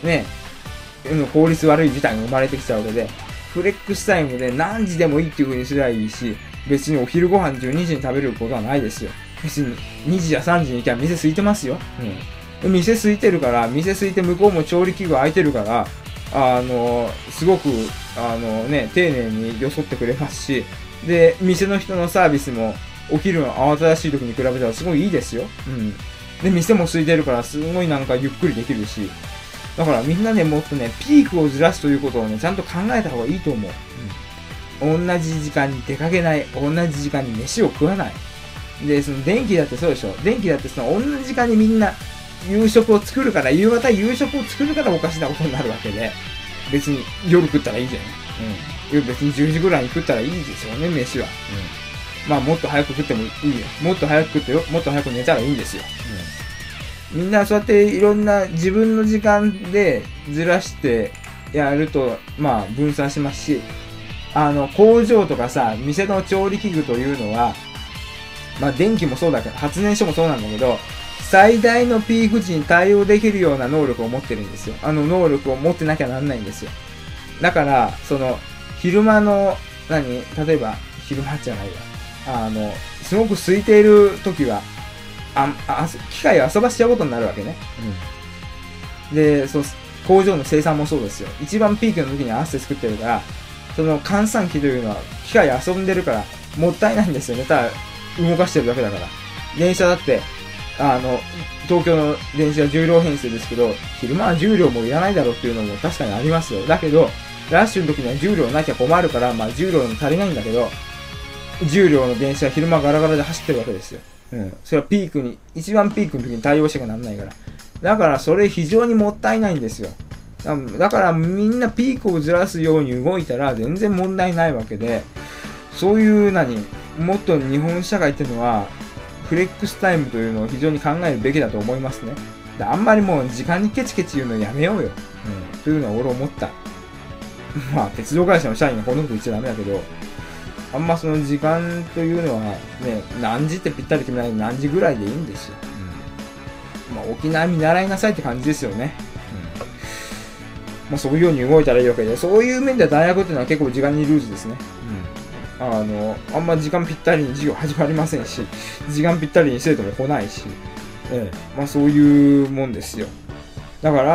ね、効率悪い事態が生まれてきちゃうわけで、フレックスタイムで何時でもいいっていう風にすればいいし、別にお昼ご飯12時に食べることはないですよ。別に2時や3時に行きゃ店空いてますよ。店空いてるから、店空いて向こうも調理器具空いてるから、すごく、ね、丁寧によそってくれますし、で、店の人のサービスも、お昼の慌ただしい時に比べたらすごいいいですよ。で、店も空いてるから、すごいなんかゆっくりできるし、だからみんなね、もっとね、ピークをずらすということをね、ちゃんと考えた方がいいと思う。同じ時間に出かけない。同じ時間に飯を食わない。で、その電気だってそうでしょ。電気だってその同じ時間にみんな夕食を作るから、夕方夕食を作るからおかしなことになるわけで、別に夜食ったらいいじゃない。別に10時ぐらいに食ったらいいですよね、飯は。まあもっと早く食ってもいいよ。もっと早く食ってよ。もっと早く寝たらいいんですよ。みんなそうやっていろんな自分の時間でずらしてやると、まあ分散しますし、工場とかさ、店の調理器具というのは、まあ電気もそうだけど、発電所もそうなんだけど、最大のピーク時に対応できるような能力を持ってるんですよ。能力を持ってなきゃなんないんですよ。だから、昼間の、例えば、昼間じゃないわ。すごく空いている時は、機械を遊ばしちゃうことになるわけね。で、工場の生産もそうですよ。一番ピークの時に合わせて作ってるから、その換算機というのは、機械遊んでるから、もったいないんですよね。ただ、動かしてるだけだから。電車だって、東京の電車は10両編成ですけど、昼間は10両もいらないだろうっていうのも確かにありますよ。だけど、ラッシュの時には10両なきゃ困るから、まあ10両も足りないんだけど、10両の電車は昼間ガラガラで走ってるわけですよ。それはピークに、一番ピークの時に対応してかなんないから。だからそれ非常にもったいないんですよ。だからみんなピークをずらすように動いたら全然問題ないわけで、そういうもっと日本社会っていうのは、フレックスタイムというのを非常に考えるべきだと思いますね。あんまりもう時間にケチケチ言うのやめようよ。というのは俺思った。まあ鉄道会社の社員がこんなこと言っちゃダメだけど、あんまその時間というのはね、何時ってぴったり決めないで何時ぐらいでいいんですよ。まあ沖縄見習いなさいって感じですよね。まあそういうように動いたらいいわけで、そういう面では大学っていうのは結構時間にルーズですね。あんま時間ぴったりに授業始まりませんし、時間ぴったりに生徒も来ないし、まあそういうもんですよ。だから、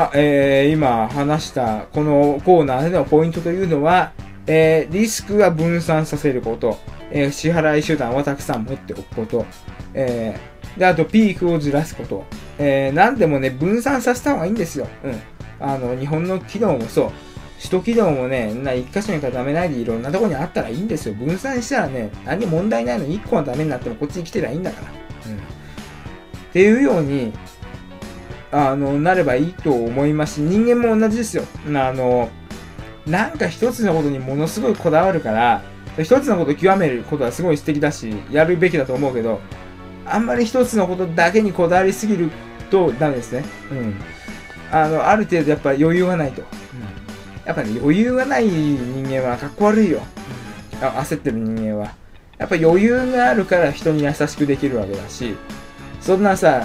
今話したこのコーナーでのポイントというのは、リスクは分散させること、支払い手段はたくさん持っておくこと、で、あとピークをずらすこと、何でもね、分散させた方がいいんですよ。日本の企業もそう。首都企業もね、一箇所に固めないでいろんなところにあったらいいんですよ。分散したらね、何も問題ないのに1個のためになってもこっちに来てりゃいいんだから。っていうように、なればいいと思いますし、人間も同じですよ。なんか一つのことにものすごいこだわるから、一つのことを極めることはすごい素敵だし、やるべきだと思うけど、あんまり一つのことだけにこだわりすぎるとダメですね。ある程度やっぱ余裕がないと。やっぱね、余裕がない人間はかっこ悪いよ。焦ってる人間は。やっぱ余裕があるから人に優しくできるわけだし、そんなさ、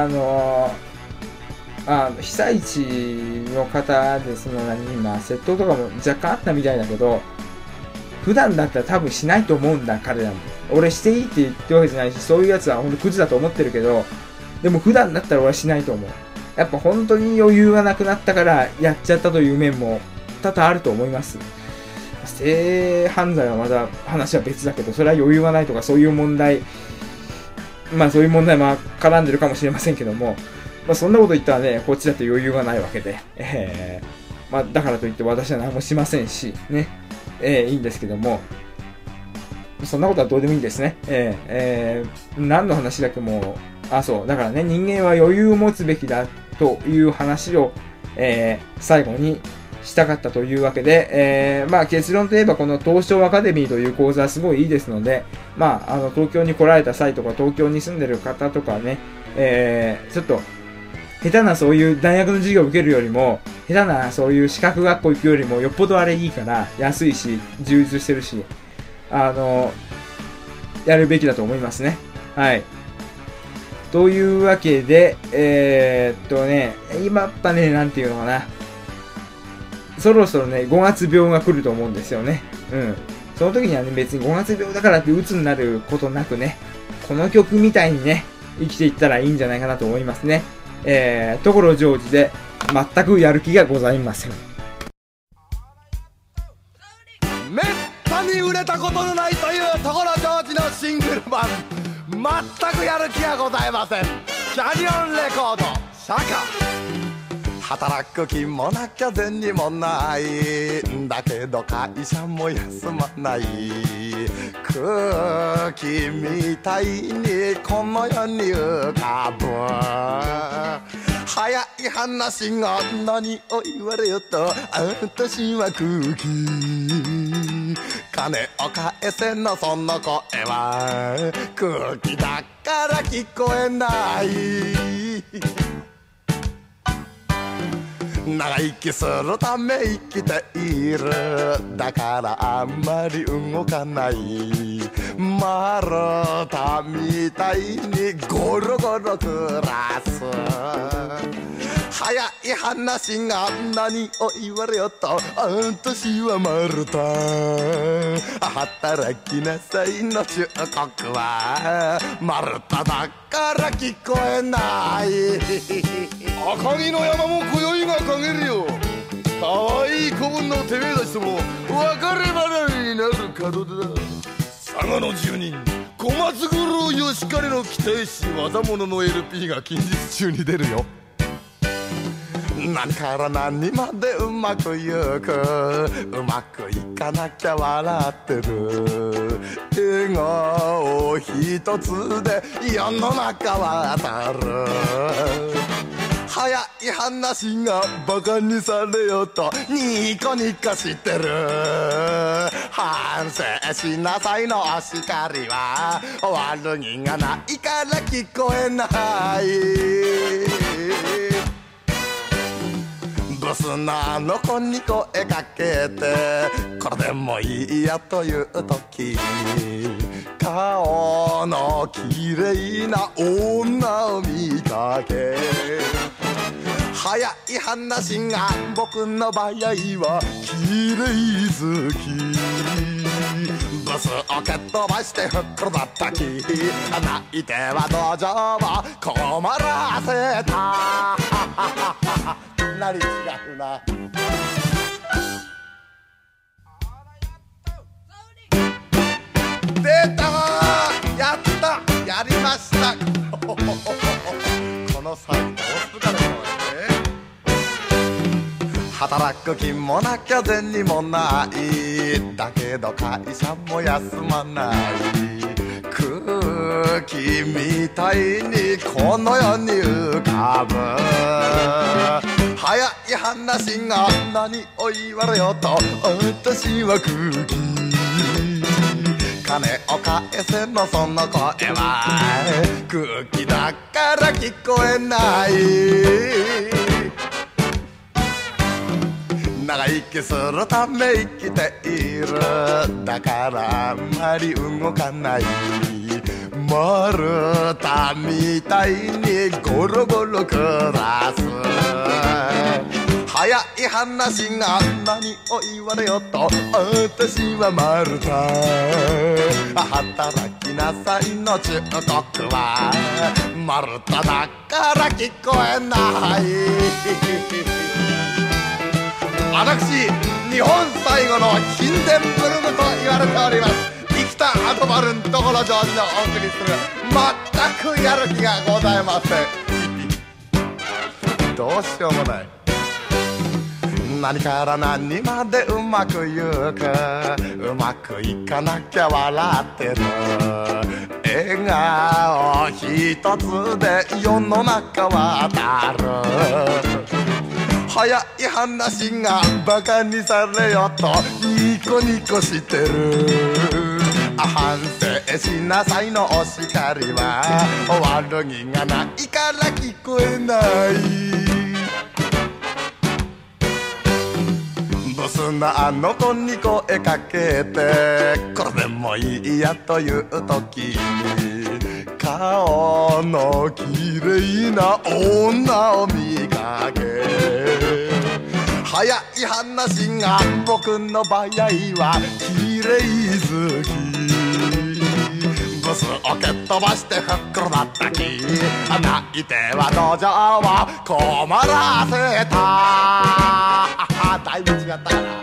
被災地の方で今、窃盗とかも若干あったみたいだけど、普段だったら多分しないと思うんだ、彼らも。俺していいって言ってるわけじゃないし、そういうやつはほんとクズだと思ってるけど、でも普段だったら俺はしないと思う。やっぱ本当に余裕がなくなったからやっちゃったという面も多々あると思います。性犯罪はまだ話は別だけど、それは余裕がないとかそういう問題、まあそういう問題も絡んでるかもしれませんけども、まあそんなこと言ったらね、こっちだって余裕がないわけで、まあだからといって私は何もしませんし、ね、いいんですけども、そんなことはどうでもいいですね。何の話だっけもう、そう、だからね、人間は余裕を持つべきだという話を、最後にしたかったというわけで、まあ結論といえばこの東証アカデミーという講座はすごいいいですので、まあ東京に来られた際とか東京に住んでる方とかね、ちょっと下手なそういう大学の授業を受けるよりも、下手なそういう資格学校行くよりもよっぽどあれいいから安いし充実してるし、やるべきだと思いますね。はい。というわけで、今やっぱね、なんていうのかな。 そろそろね、5月病が来ると思うんですよね。その時にはね、別に5月病だからって鬱になることなくね、この曲みたいにね、生きていったらいいんじゃないかなと思いますね。所ジョージで、全くやる気がございません。 めったに売れたことのないという所ジョージのシングル版、全くやる気がございません。キャニオンレコードシャカ。働く気もなきゃ銭もないんだけど会社も休まない。空気みたいにこの世に浮かぶ。早い話が何を言われよと私は空気。金を返せのその声は空気だから聞こえない。長生きするため生きている。だからあんまり動かない。丸太みたいにゴロゴロ暮らす。早い話が何を言われよと私は丸太。働きなさいの忠告は丸太だから聞こえない。赤城の山も今宵が陰るよ。可愛い子分のてめえたちとも別れ離れになる門出だ。佐賀の住人小松五郎義兼の期待し技物の LP が近日中に出るよ。何から何までうまくいく。うまくいかなきゃ笑ってる。笑顔一つで世の中は当たる。早い話がバカにされようとニコニコしてる。反省しなさいのお叱りは悪気がないから聞こえない。ブスなあの子に声かけてこれでもいいやという時顔の綺麗な女を見かけ。早い話が僕の場合は綺麗好き。ブスを蹴っ飛ばしてふっくらだったき泣いては道場を困らせた。なり違うな。出たやったやりましたこの際どうするかね。働く気もなきゃ銭もない。だけど会社も休まない。空気みたいにこの世に浮かぶ。早い話が何を言われようと私は空気。金を返せのその声は空気だから聞こえない。長生きするため生きている。だからあんまり動かない。丸太みたいにゴロゴロ暮らす。早い話が何を言われようと私は丸太。働きなさいの忠告は丸太だから聞こえない。私日本最後のヒンデンブルムと言われております生田アドバルン所ジョージのお送りする全くやる気がございません。どうしようもない。何から何までうまくいく。うまくいかなきゃ笑ってる。笑顔一つで世の中は当たる。早い話がバカにされよとニコニコしてる。反省しなさいのお叱りは悪気がないから聞こえない。ブスなあの子に声かけてこれでもいいやという時に顔の綺麗な女を見かけ。 早い話が僕の場合は綺麗好きブスを蹴っ飛ばしてふっくらだったき泣いては道場を困らせただいぶ違ったな。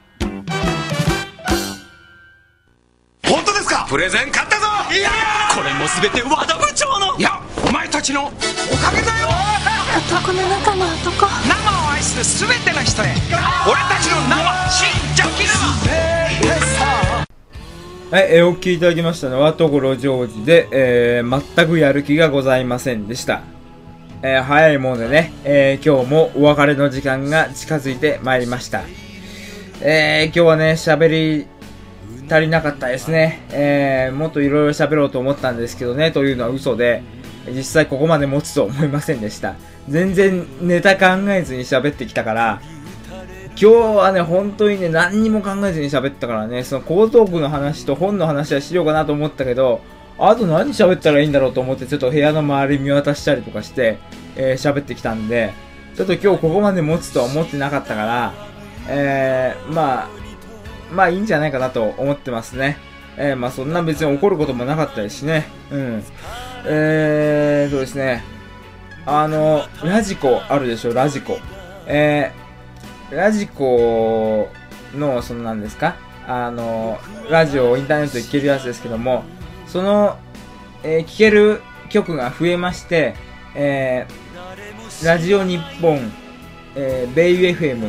本当ですか？プレゼン買ったぞ。いやこれも全て和田部長の、いやお前たちのおかげだよ。 男の中の男、 生を愛する全ての人へ、俺たちの生新ジャッキ生。 はい、お聴きいただきましたのは所ジョージで、全くやる気がございませんでした。早いものでね、今日もお別れの時間が近づいてまいりました。今日はね、喋り足りなかったですね。もっといろいろ喋ろうと思ったんですけどね、というのは嘘で、実際ここまで持つと思いませんでした。全然ネタ考えずに喋ってきたから、今日はね、本当にね、何にも考えずに喋ったからね、その江東区の話と本の話はしようかなと思ったけど、あと何喋ったらいいんだろうと思って、ちょっと部屋の周り見渡したりとかして、喋ってきたんで、ちょっと今日ここまで持つとは思ってなかったから、まあいいんじゃないかなと思ってますね。まあそんな別に怒ることもなかったですしね。うん。そうですね。ラジコあるでしょ、ラジコ。ラジコの、その何ですか、ラジオをインターネットで聴けるやつですけども、その、聴ける曲が増えまして、ラジオ日本、ベイ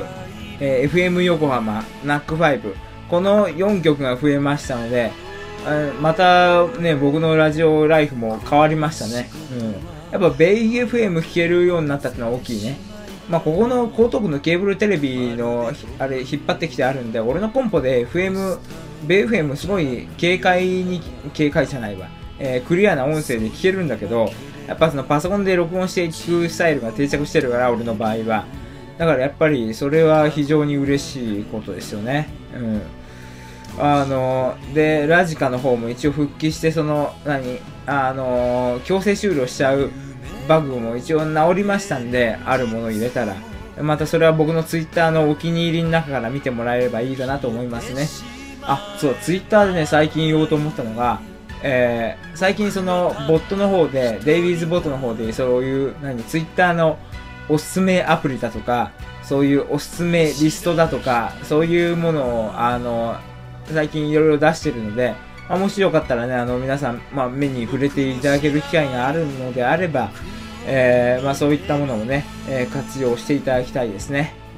FM、FM 横浜、ナック5、この4曲が増えましたので、またね、僕のラジオライフも変わりましたね。うん。やっぱベイ FM 聴けるようになったってのは大きいね。まあ、ここの江東区のケーブルテレビの、あれ、引っ張ってきてあるんで、俺のコンポで FM、ベイ FM すごい軽快じゃないわ。クリアな音声で聴けるんだけど、やっぱそのパソコンで録音して聴くスタイルが定着してるから、俺の場合は。だからやっぱりそれは非常に嬉しいことですよね。うん。で、ラジカの方も一応復帰して、その、強制終了しちゃうバグも一応治りましたんで、あるものを入れたら。またそれは僕のツイッターのお気に入りの中から見てもらえればいいかなと思いますね。あ、そう、ツイッターでね、最近言おうと思ったのが、最近その、ボットの方で、デイビーズボットの方で、そういう、ツイッターのおすすめアプリだとか、そういうおすすめリストだとか、そういうものを、最近いろいろ出してるので、もしよかったらね、皆さん、目に触れていただける機会があるのであれば、そういったものをね、活用していただきたいですね。うん。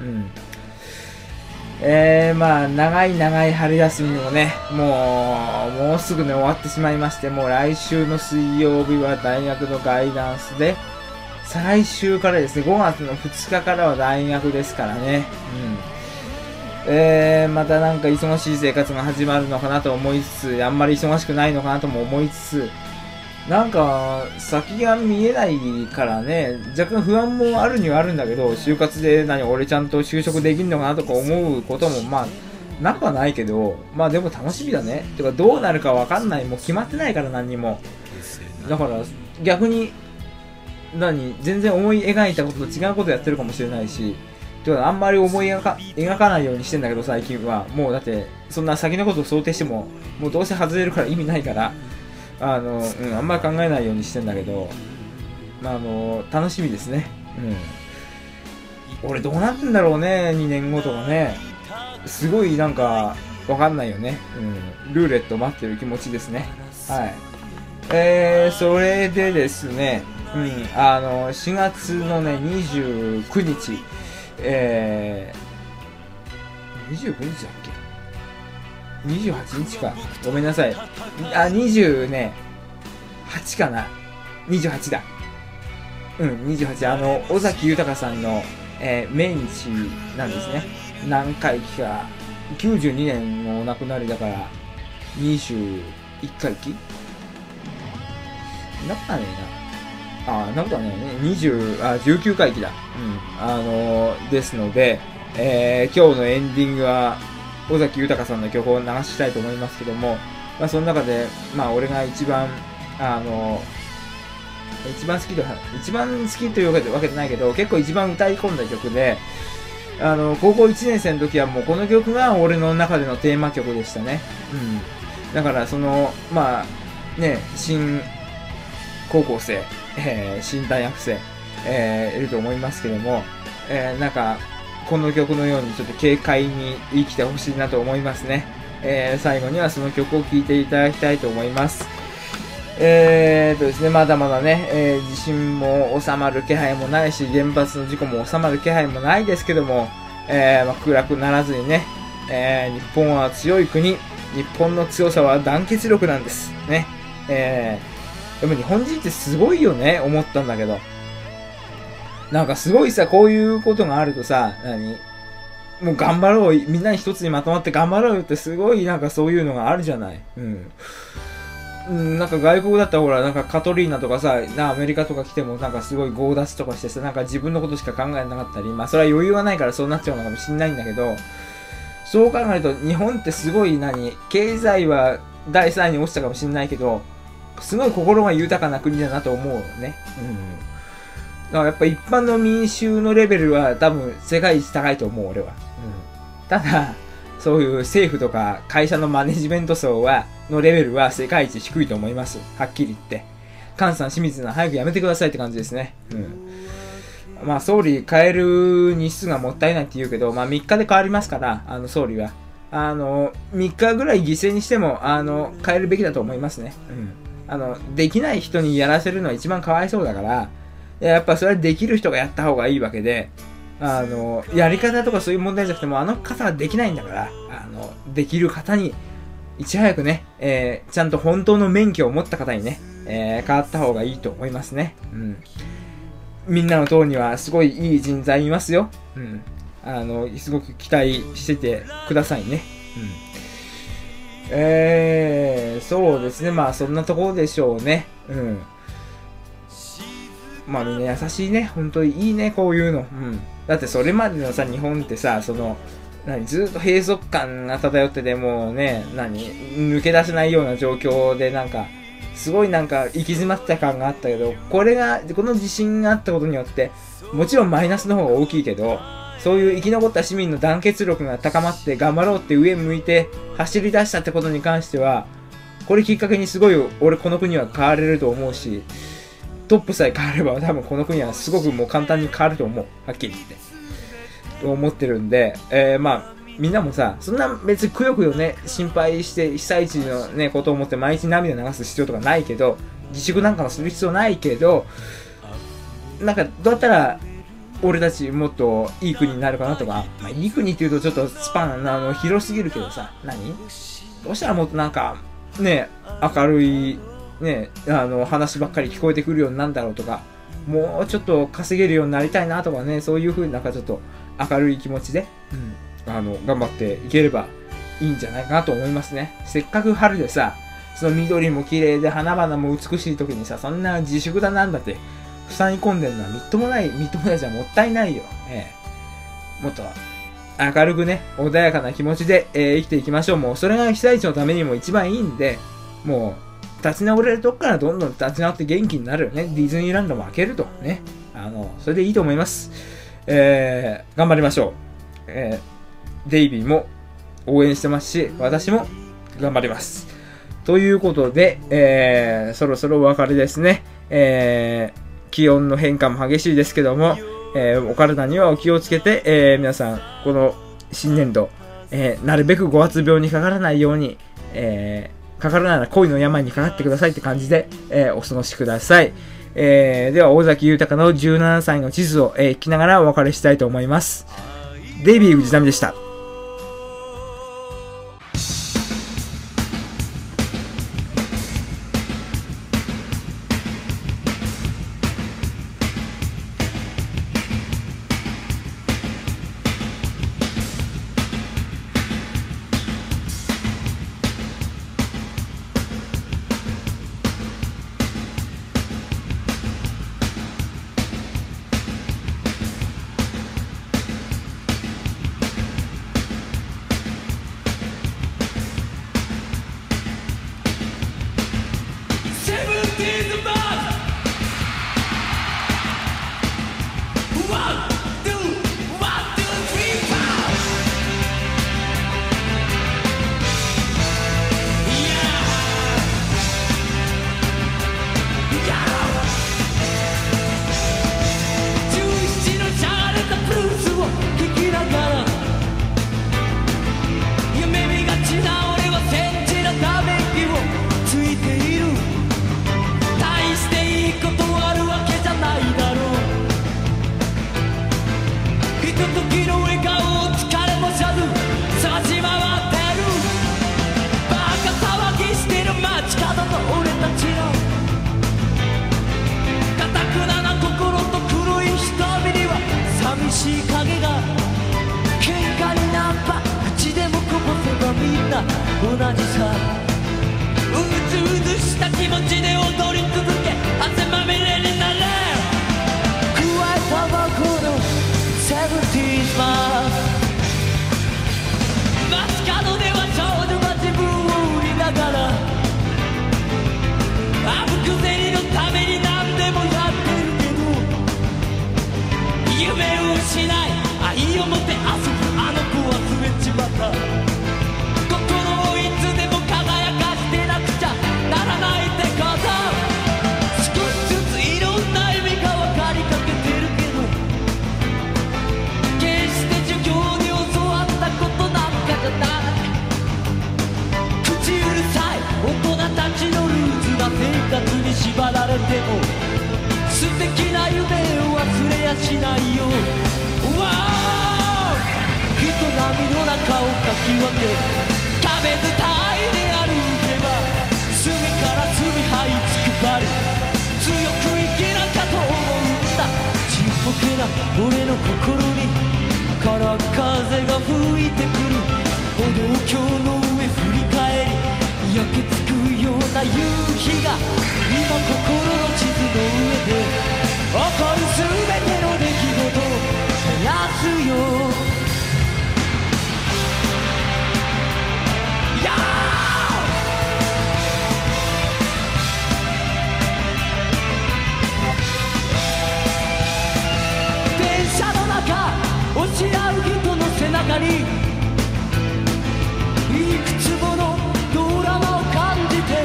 長い春休みもね、もうすぐね、終わってしまいまして、もう来週の水曜日は大学のガイダンスで、再来週からですね、5月の2日からは大学ですからね。うん。またなんか忙しい生活が始まるのかなと思いつつ、あんまり忙しくないのかなとも思いつつ、なんか、先が見えないからね、若干不安もあるにはあるんだけど、就活で俺ちゃんと就職できるのかなとか思うことも、なくはないけど、でも楽しみだね。てか、どうなるかわかんない。もう決まってないから何にも。だから、逆に、全然思い描いたことと違うことやってるかもしれないし、てかあんまり思い描かないようにしてんだけど、最近は。もうだって、そんな先のことを想定しても、もうどうせ外れるから意味ないから、あんまり考えないようにしてんだけど、楽しみですね。俺どうなってんだろうね、2年後とかね。すごいなんか、わかんないよね。ルーレット待ってる気持ちですね。はい。それでですね、4月のね、29日、29日だっけ？28日か。ごめんなさい。28かな。28だ。28。尾崎豊さんの、命日なんですね。何回忌か。92年のお亡くなりだから、21回忌？なったねえな。なんかね、19回忌だ。ですので、今日のエンディングは、尾崎豊さんの曲を流したいと思いますけども、その中で、俺が一番好きというわけじゃないけど、結構一番歌い込んだ曲で、 高校1年生の時はもうこの曲が俺の中でのテーマ曲でしたね。だからまあね、新高校生、新大学生、いると思いますけども、なんかこの曲のようにちょっと軽快に生きてほしいなと思いますね。最後にはその曲を聴いていただきたいと思います。ですね、まだまだね、地震も収まる気配もないし、原発の事故も収まる気配もないですけども、暗くならずにね、日本は強い国、日本の強さは団結力なんですね。でも日本人ってすごいよね、思ったんだけど。なんかすごいさ、こういうことがあるとさ、もう頑張ろう、みんなに一つにまとまって頑張ろうよってすごいなんかそういうのがあるじゃない。なんか外国だったらほら、なんかカトリーナとかさ、アメリカとか来てもなんかすごい強奪とかしてさ、なんか自分のことしか考えなかったり、まあそれは余裕がないからそうなっちゃうのかもしれないんだけど、そう考えると日本ってすごい経済は第3位に落ちたかもしれないけど、すごい心が豊かな国だなと思うね。だからやっぱ一般の民衆のレベルは多分世界一高いと思う、俺は。ただ、そういう政府とか会社のマネジメント層のレベルは世界一低いと思います。はっきり言って。菅さん、清水さん、早くやめてくださいって感じですね。まあ、総理変える日数がもったいないって言うけど、まあ3日で変わりますから、総理は。3日ぐらい犠牲にしても、変えるべきだと思いますね。できない人にやらせるのは一番かわいそうだから、やっぱそれはできる人がやった方がいいわけで、やり方とかそういう問題じゃなくても、あの方はできないんだから、できる方に、いち早くね、ちゃんと本当の免許を持った方にね、変わった方がいいと思いますね。みんなの党にはすごいいい人材いますよ。すごく期待しててくださいね。そうですね。まあそんなところでしょうね。まあみんな優しいね。本当にいいね、こういうの。だってそれまでのさ、日本ってさ、ずっと閉塞感が漂ってて、もうね、抜け出せないような状況で、すごい行き詰まった感があったけど、この地震があったことによって、もちろんマイナスの方が大きいけど、そういう生き残った市民の団結力が高まって頑張ろうって上向いて走り出したってことに関しては、これきっかけにすごい俺この国は変われると思うし、トップさえ変われば多分この国はすごくもう簡単に変わると思う。はっきり言って。と思ってるんで、まあ、みんなもさ、そんな別にくよくよね、心配して被災地のね、ことを思って毎日涙流す必要とかないけど、自粛なんかもする必要ないけど、どうやったら、俺たちもっといい国になるかなとか、まあいい国って言うとちょっとスパン、広すぎるけどさ、どうしたらもっとね、明るい、ね、話ばっかり聞こえてくるようになるんだろうとか、もうちょっと稼げるようになりたいなとかね、そういう風にちょっと明るい気持ちで、頑張っていければいいんじゃないかなと思いますね。せっかく春でさ、その緑も綺麗で花々も美しい時にさ、そんな自粛だなんだって塞ぎ込んでるのはみっともないじゃもったいないよ。もっと明るくね、穏やかな気持ちで、生きていきましょう。もうそれが被災地のためにも一番いいんで、もう立ち直れるとこからどんどん立ち直って元気になるね。ディズニーランドも開けるとね。それでいいと思います。頑張りましょう。デイビーも応援してますし、私も頑張ります。ということで、そろそろお別れですね。気温の変化も激しいですけども、お体にはお気をつけて、皆さん、この新年度、なるべく5月病にかからないように、かからないなら恋の病にかかってくださいって感じで、お過ごしください。では、尾崎豊の17歳の地図を、聞きながらお別れしたいと思います。デイビー藤波でした。 同じさうずうずした気持ちで踊り続け汗まみれになれ加えたばこのセブンティーズマス街角では少女が自分を売りながらあぶく銭のために何でもやってるけど夢を失い愛をもてあそぶあの子忘れちまった心をいつでも輝かしてなくちゃならないってこと少しずついろんな意味が分かりかけてるけど決して授業に教わったことなんかじゃない口うるさい大人たちのルーズな生活に縛られても素敵な夢を忘れやしないよ人波の中をかき分け壁伝いで歩けば隅から隅這いつくばり強く生きなきゃと思うんだちっぽけな俺の心にから風が吹いてくる歩道橋の上振り返り焼けつくような夕日が今心の地図の上で起こる全ての出来事を照らすよ電車の中押し合う人の背中にいくつものドラマを感じて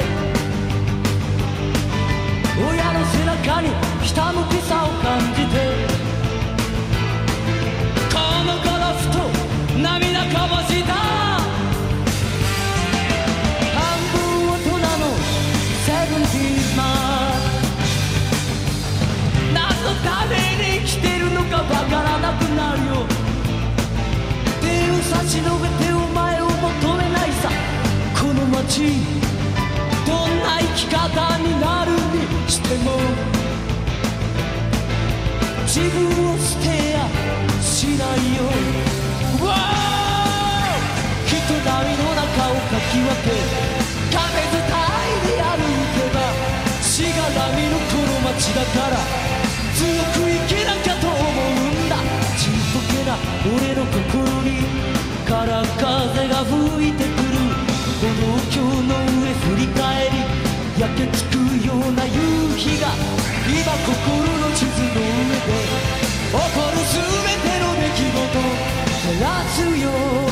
親の背中にひたむきさを感じてこの頃ふと涙こぼした半分大人のセブンティーズマン何のために生きてるのかわからなくなるよ手を差し伸べてお前を求めないさこの街どんな生き方になるにしても自分を捨てやしないよ人波の中をかき分け壁伝いで歩けばしがらみのこの街だから強く生きなきゃと思うんだちっぽけな俺の心にから風が吹いてくる歩道橋の上振り返り焼けつくような夕日が今心の地図の上で起こる全ての出来事を照らすよ